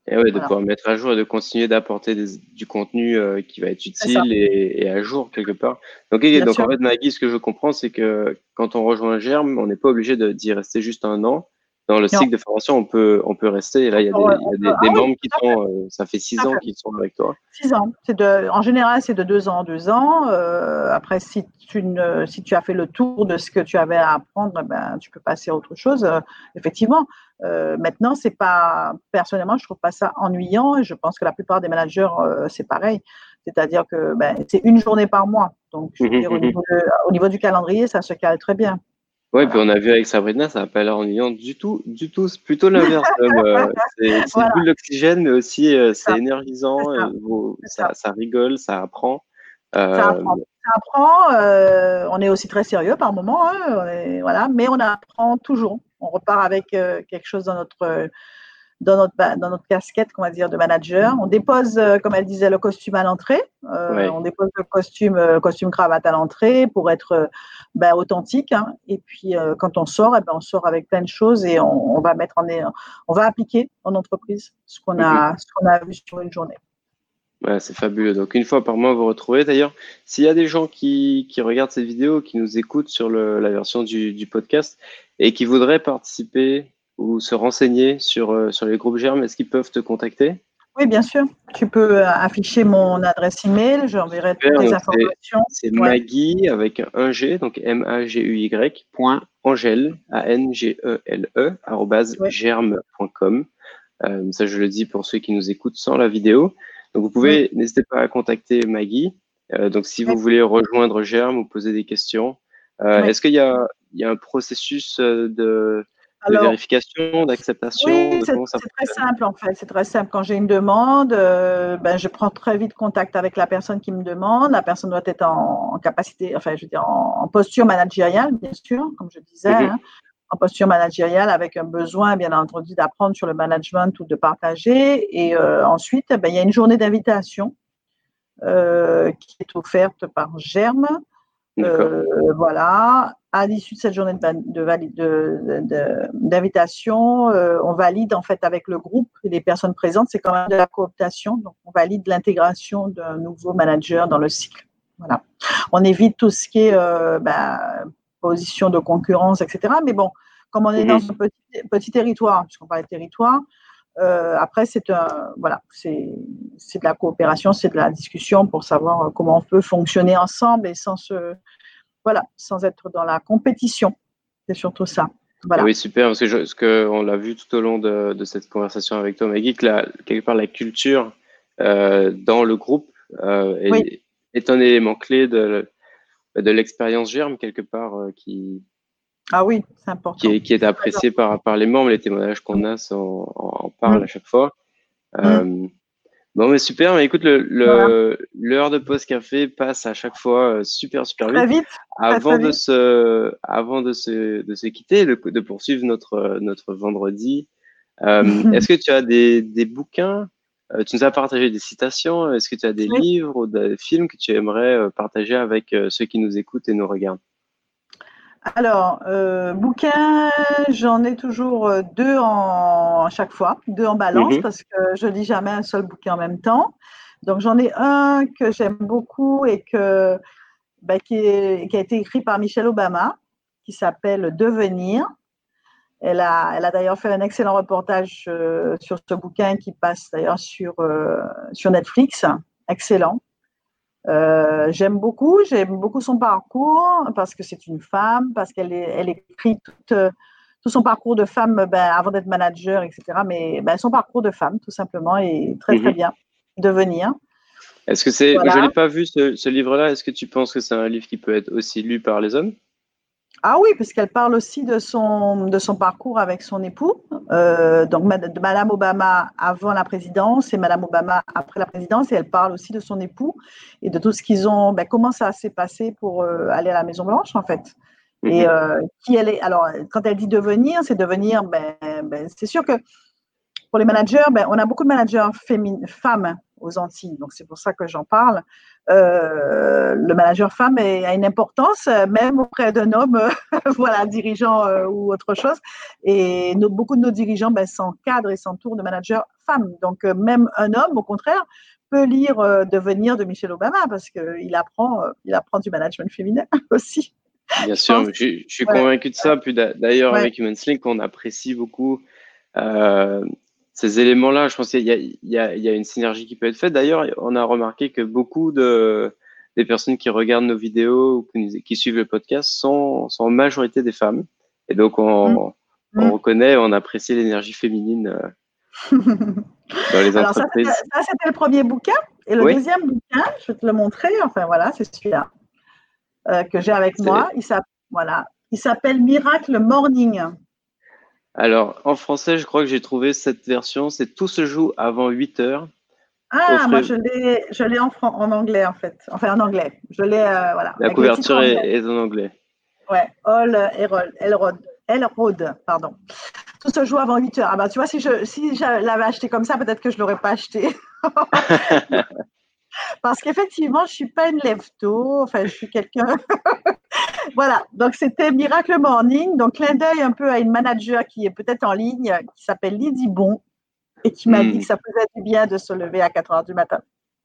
Et ouais, de Voilà. pouvoir mettre à jour et de continuer d'apporter des- du contenu euh, qui va être utile et, et à jour quelque part. Donc, ok, Bien donc sûr. en fait, Maggie, ce que je comprends, c'est que quand on rejoint Germe, on n'est pas obligé de- d'y rester juste un an. Dans le Non. cycle de formation, on peut, on peut rester. Et là, il y a des, On peut- il y a on des, peut- des ah oui, membres qui tout à sont, euh, ça fait six Tout à ans fait. qu'ils sont avec toi. Six ans. C'est de, en général, c'est de deux ans en deux ans. Euh, après, si tu, ne, si tu as fait le tour de ce que tu avais à apprendre, ben, tu peux passer à autre chose. Euh, effectivement. Euh, maintenant, c'est pas, personnellement, je trouve pas ça ennuyant. Et je pense que la plupart des managers, euh, c'est pareil. C'est-à-dire que ben, c'est une journée par mois. Donc, je veux Mhm, dire, au mhm. niveau, de, au niveau du calendrier, ça se cale très bien. Ouais, Voilà. puis on a vu avec Sabrina, ça n'a pas l'air ennuyant du tout, du tout. C'est plutôt l'inverse même. Euh, c'est c'est une Voilà, bulle d'oxygène, mais aussi euh, c'est c'est ça. énergisant. C'est ça. euh, vous- C'est ça, ça. ça rigole, ça apprend. Ça Euh, apprend. Ça apprend. Euh, on est aussi très sérieux par moment, hein, on est- voilà, mais on apprend toujours. On repart avec euh, quelque chose dans notre, dans notre, dans notre casquette, qu'on va dire, de manager. On dépose, euh, comme elle disait, le costume à l'entrée. Euh, ouais. on dépose le costume, euh, costume cravate à l'entrée pour être euh, ben, authentique. Hein. Et puis, euh, quand on sort, eh ben, on sort avec plein de choses et on, on va mettre en, on va appliquer en entreprise ce qu'on Mhm. a, ce qu'on a vu sur une journée. Ouais, c'est fabuleux. Donc, une fois par mois, vous retrouvez. D'ailleurs, s'il y a des gens qui, qui regardent cette vidéo, qui nous écoutent sur le, la version du, du podcast et qui voudraient participer ou se renseigner sur, euh, sur les groupes Germes, est-ce qu'ils peuvent te contacter? Oui, bien sûr. Tu peux euh, afficher mon adresse email. J'enverrai toutes Super, les donc c'est informations. c'est Ouais. Maggie avec un G, donc M A G U Y, point Angèle, A N G E L E, arrobase Oui. germe point com. Euh, ça, je le dis pour ceux qui nous écoutent sans la vidéo. Donc, vous pouvez, Oui. n'hésitez pas à contacter Maggie. Euh, donc, si Oui. vous voulez rejoindre Germe ou poser des questions, euh, Oui. est-ce qu'il y a, il y a un processus euh, de, de Alors, vérification, d'acceptation, oui, de c'est comment ça c'est très fonctionne? simple en fait. C'est très simple. Quand j'ai une demande, euh, ben, je prends très vite contact avec la personne qui me demande. La personne doit être en, en capacité, enfin, je veux dire, en, en posture managériale, bien sûr, comme je disais, Mhm. hein, en posture managériale avec un besoin, bien entendu, d'apprendre sur le management ou de partager. Et euh, ensuite, ben, il y a une journée d'invitation euh, qui est offerte par Germe. D'accord. Euh, voilà. À l'issue de cette journée de, de, de, d'invitation, euh, on valide en fait avec le groupe et les personnes présentes. C'est quand même de la cooptation, donc on valide l'intégration d'un nouveau manager dans le cycle. Voilà. On évite tout ce qui est euh, ben, position de concurrence, et cetera. Mais bon, comme on est Mhm. dans un petit, petit territoire, puisqu'on parle de territoire, euh, après c'est un, voilà, c'est, c'est de la coopération, c'est de la discussion pour savoir comment on peut fonctionner ensemble et sans se voilà, sans être dans la compétition. C'est surtout ça. Voilà. Et oui, super, parce que, je, ce que on l'a vu tout au long de, de cette conversation avec toi, Maggie, que la, quelque part la culture euh, dans le groupe euh, est, Oui. est un élément clé de, de l'expérience Germe, quelque part, euh, qui, Ah oui, c'est qui, important. est, qui est apprécié par, par les membres. Les témoignages qu'on a en, en parlent à Mm. chaque fois. Mm. Euh, bon, mais super, mais écoute, le, Voilà. le, l'heure de pause café passe à chaque fois euh, super, super Très vite. vite. Très, Avant très de vite. se, avant de se, de se quitter, de, de poursuivre notre, notre vendredi, euh, est-ce que tu as des, des bouquins? Euh, tu nous as partagé des citations. Est-ce que tu as des Oui. livres ou des films que tu aimerais euh, partager avec euh, ceux qui nous écoutent et nous regardent? Alors, euh, bouquins, j'en ai toujours euh, deux en, à chaque fois, deux en balance Mhm. parce que je lis jamais un seul bouquin en même temps. Donc, j'en ai un que j'aime beaucoup et que, bah, qui, est, qui a été écrit par Michelle Obama, qui s'appelle Devenir. Elle a, elle a d'ailleurs fait un excellent reportage euh, sur ce bouquin qui passe d'ailleurs sur, euh, sur Netflix. Excellent. Euh, j'aime beaucoup, j'aime beaucoup son parcours parce que c'est une femme, parce qu'elle est, elle écrit tout, euh, tout son parcours de femme ben, avant d'être manager, et cetera. Mais ben, son parcours de femme, tout simplement, est très très Mhm. bien. Devenir. Est-ce que c'est, je Voilà. l'ai pas vu ce, ce livre-là. Est-ce que tu penses que c'est un livre qui peut être aussi lu par les hommes? Ah oui, puisqu'elle parle aussi de son, de son parcours avec son époux, euh, donc de Madame Obama avant la présidence et Madame Obama après la présidence, et elle parle aussi de son époux et de tout ce qu'ils ont, ben, comment ça s'est passé pour euh, aller à la Maison Blanche en fait. Mhm. Et euh, qui elle est. Alors, quand elle dit devenir, c'est devenir, ben, ben, c'est sûr que pour les managers, ben, on a beaucoup de managers féminin, femmes aux Antilles. Donc, c'est pour ça que j'en parle. Euh, le manager femme est, a une importance, même auprès d'un homme, voilà, dirigeant euh, ou autre chose. Et nos, beaucoup de nos dirigeants ben, s'encadrent et s'entourent de managers femmes. Donc, euh, même un homme, au contraire, peut lire euh, Devenir de Michelle Obama parce qu'il apprend, euh, il apprend du management féminin aussi. Bien sûr, je, je, je suis ouais. convaincu de ça. Puis d'ailleurs, ouais. avec Humans Link, on apprécie beaucoup euh, ces éléments-là. Je pense qu'il y, y, y a une synergie qui peut être faite. D'ailleurs, on a remarqué que beaucoup de, des personnes qui regardent nos vidéos ou qui, qui suivent le podcast sont, sont en majorité des femmes. Et donc, on, mmh. on mmh. reconnaît, on apprécie l'énergie féminine euh, dans les Alors entreprises. Ça, ça c'était le premier bouquin. Et le oui. deuxième bouquin, je vais te le montrer. Enfin, voilà, c'est celui-là. Euh, que j'ai avec moi. Il s'appelle voilà. il s'appelle Miracle Morning. Alors, en français, je crois que j'ai trouvé cette version. C'est Tout se joue avant huit heures. Ah, Offrez... moi, je l'ai, je l'ai en, fran- en anglais, en fait. Enfin, en anglais. Je l'ai, euh, voilà. La couverture est, est en anglais. Ouais, All Elrod, Elrod, Elrod, pardon. Tout se joue avant huit heures. Ah, bah, tu vois, si je, si je l'avais acheté comme ça, peut-être que je ne l'aurais pas acheté. Parce qu'effectivement, je ne suis pas une lève-tôt, enfin, je suis quelqu'un. Voilà, donc c'était Miracle Morning, donc clin d'œil un peu à une manager qui est peut-être en ligne, qui s'appelle Lydie Bon, et qui m'a mmh. dit que ça faisait du bien de se lever à quatre heures du matin.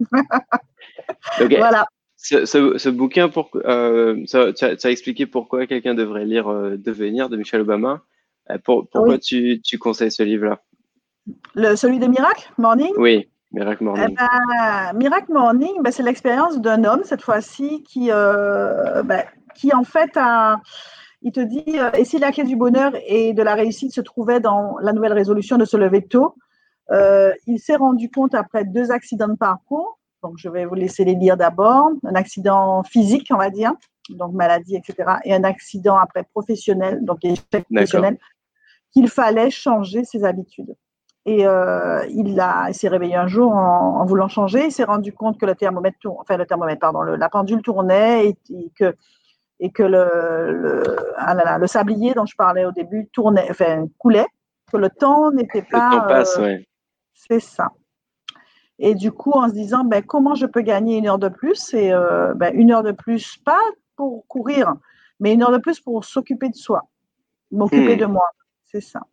Okay. Voilà. Ce, ce, ce bouquin, pour, euh, ça, tu, as, tu as expliqué pourquoi quelqu'un devrait lire euh, Devenir de Michelle Obama. Euh, pour, pourquoi oui. tu, tu conseilles ce livre-là? Le, celui de Miracle Morning? Oui. Miracle Morning. Eh ben, Miracle Morning, ben, c'est l'expérience d'un homme, cette fois-ci, qui, euh, ben, qui en fait, a, il te dit, euh, et si la clé du bonheur et de la réussite se trouvait dans la nouvelle résolution de se lever tôt, euh, il s'est rendu compte après deux accidents de parcours, donc je vais vous laisser les lire d'abord, un accident physique, on va dire, donc maladie, et cetera, et un accident après professionnel, donc échec professionnel, qu'il fallait changer ses habitudes. Et euh, il, a, il s'est réveillé un jour en, en voulant changer. Il s'est rendu compte que le thermomètre, tourne, enfin le thermomètre, pardon, le, la pendule tournait et, et que et que le le, ah là là, le sablier dont je parlais au début tournait, enfin coulait, que le temps n'était pas. Le temps passe, euh, ouais. C'est ça. Et du coup, en se disant, ben comment je peux gagner une heure de plus et euh, ben, une heure de plus, pas pour courir, mais une heure de plus pour s'occuper de soi, m'occuper mmh. de moi. C'est ça.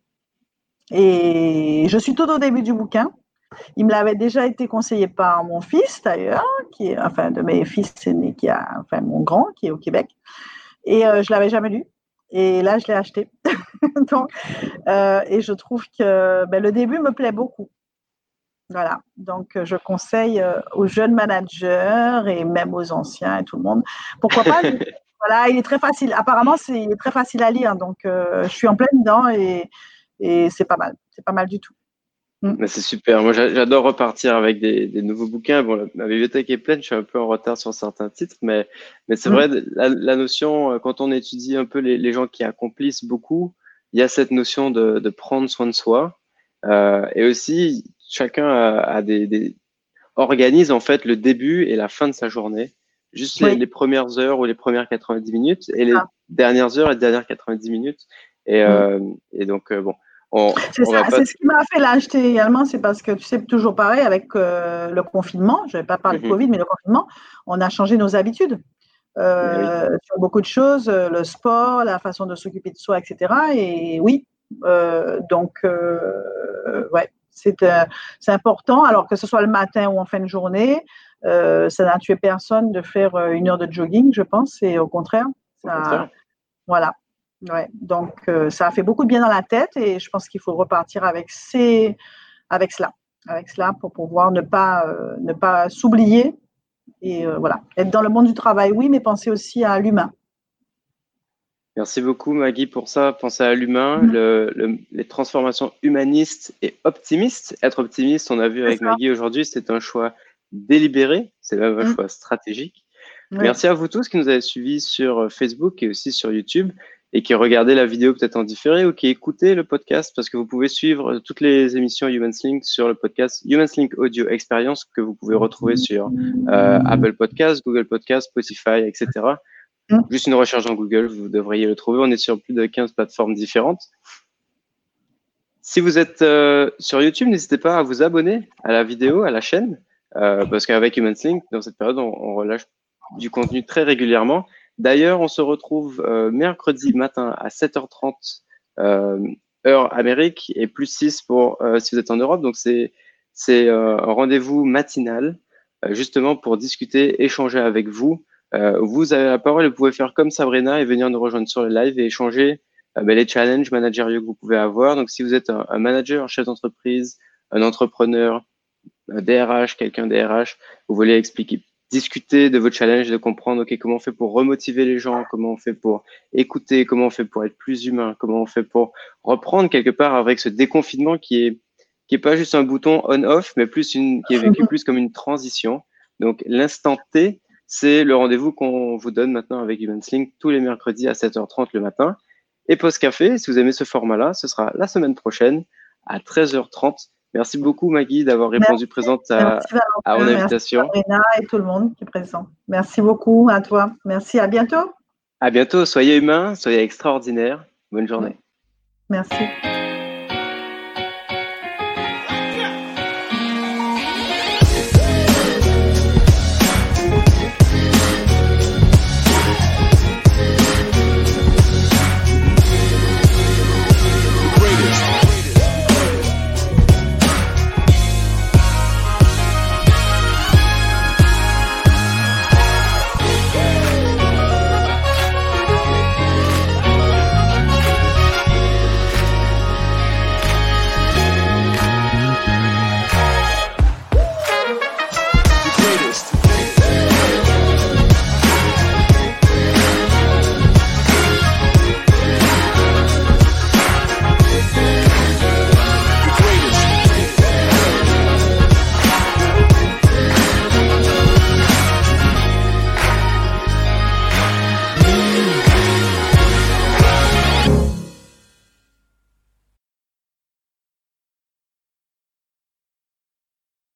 Et je suis tout au début du bouquin. Il me l'avait déjà été conseillé par mon fils, d'ailleurs, qui est, enfin, de mes fils aînés, qui a, enfin, mon grand, qui est au Québec. Et euh, je ne l'avais jamais lu. Et là, je l'ai acheté. Donc, euh, et je trouve que ben, le début me plaît beaucoup. Voilà. Donc, je conseille euh, aux jeunes managers et même aux anciens et tout le monde. Pourquoi pas? Voilà, il est très facile. Apparemment, c'est, il est très facile à lire. Donc, euh, je suis en plein dedans et Et c'est pas mal, c'est pas mal du tout. Mm. C'est super. Moi, j'adore repartir avec des, des nouveaux bouquins. Bon, ma bibliothèque est pleine, je suis un peu en retard sur certains titres, mais, mais c'est mm. vrai, la, la notion, quand on étudie un peu les, les gens qui accomplissent beaucoup, il y a cette notion de, de prendre soin de soi. Euh, et aussi, chacun a, a des, des, organise en fait le début et la fin de sa journée. Juste oui. les, les premières heures ou les premières quatre-vingt-dix minutes et les ah. dernières heures et les dernières quatre-vingt-dix minutes. Et, euh, mm. et donc, euh, bon. On, c'est, on ça, pas... c'est ce qui m'a fait l'acheter également, c'est parce que tu sais, toujours pareil avec euh, le confinement, je ne vais pas parler mm-hmm. de Covid, mais le confinement, on a changé nos habitudes euh, oui. sur beaucoup de choses, le sport, la façon de s'occuper de soi, et cetera. Et oui, euh, donc, euh, ouais, c'est, euh, c'est important, alors que ce soit le matin ou en fin de journée, euh, ça n'a tué personne de faire une heure de jogging, je pense, et au contraire, ça, au contraire. Voilà. Ouais, donc euh, ça a fait beaucoup de bien dans la tête et je pense qu'il faut repartir avec ces, avec cela, avec cela pour pouvoir ne pas, euh, ne pas s'oublier et euh, voilà, être dans le monde du travail, oui, mais penser aussi à l'humain. Merci beaucoup Maggie pour ça. Penser à l'humain, mmh. le, le, les transformations humanistes et optimistes. Être optimiste, on a vu avec Maggie aujourd'hui, c'est un choix délibéré, c'est même un mmh. choix stratégique. Oui. Merci à vous tous qui nous avez suivis sur Facebook et aussi sur YouTube et qui regardez la vidéo peut-être en différé ou qui écoutez le podcast parce que vous pouvez suivre toutes les émissions Humans Link sur le podcast Humans Link Audio Experience que vous pouvez retrouver sur euh, Apple Podcasts, Google Podcasts, Spotify, et cetera. Mm. Juste une recherche dans Google, vous devriez le trouver. On est sur plus de quinze plateformes différentes. Si vous êtes euh, sur YouTube, n'hésitez pas à vous abonner à la vidéo, à la chaîne. euh, parce qu'avec HumansLink, dans cette période, on, on relâche du contenu très régulièrement. D'ailleurs, on se retrouve euh, mercredi matin à sept heures trente, euh, heure Amérique, et plus six pour euh, si vous êtes en Europe. Donc, c'est c'est euh, un rendez-vous matinal, euh, justement pour discuter, échanger avec vous. Euh, vous avez la parole et vous pouvez faire comme Sabrina et venir nous rejoindre sur le live et échanger euh, ben, les challenges managériaux que vous pouvez avoir. Donc, si vous êtes un, un manager, un chef d'entreprise, un entrepreneur, un D R H, quelqu'un D R H, vous voulez expliquer, discuter de vos challenges, de comprendre, OK, comment on fait pour remotiver les gens, comment on fait pour écouter, comment on fait pour être plus humain, comment on fait pour reprendre quelque part avec ce déconfinement qui est qui est pas juste un bouton on-off, mais plus une, qui est vécu plus comme une transition. Donc, l'instant T, c'est le rendez-vous qu'on vous donne maintenant avec HumansLink tous les mercredis à sept heures trente le matin. Et Pause Café, si vous aimez ce format-là, ce sera la semaine prochaine à treize heures trente. Merci beaucoup, Maggie, d'avoir répondu Merci. présente à, Merci, à mon invitation. Merci, Sabrina et tout le monde qui est présent. Merci beaucoup à toi. Merci, à bientôt. À bientôt. Soyez humains, soyez extraordinaires. Bonne journée. Merci.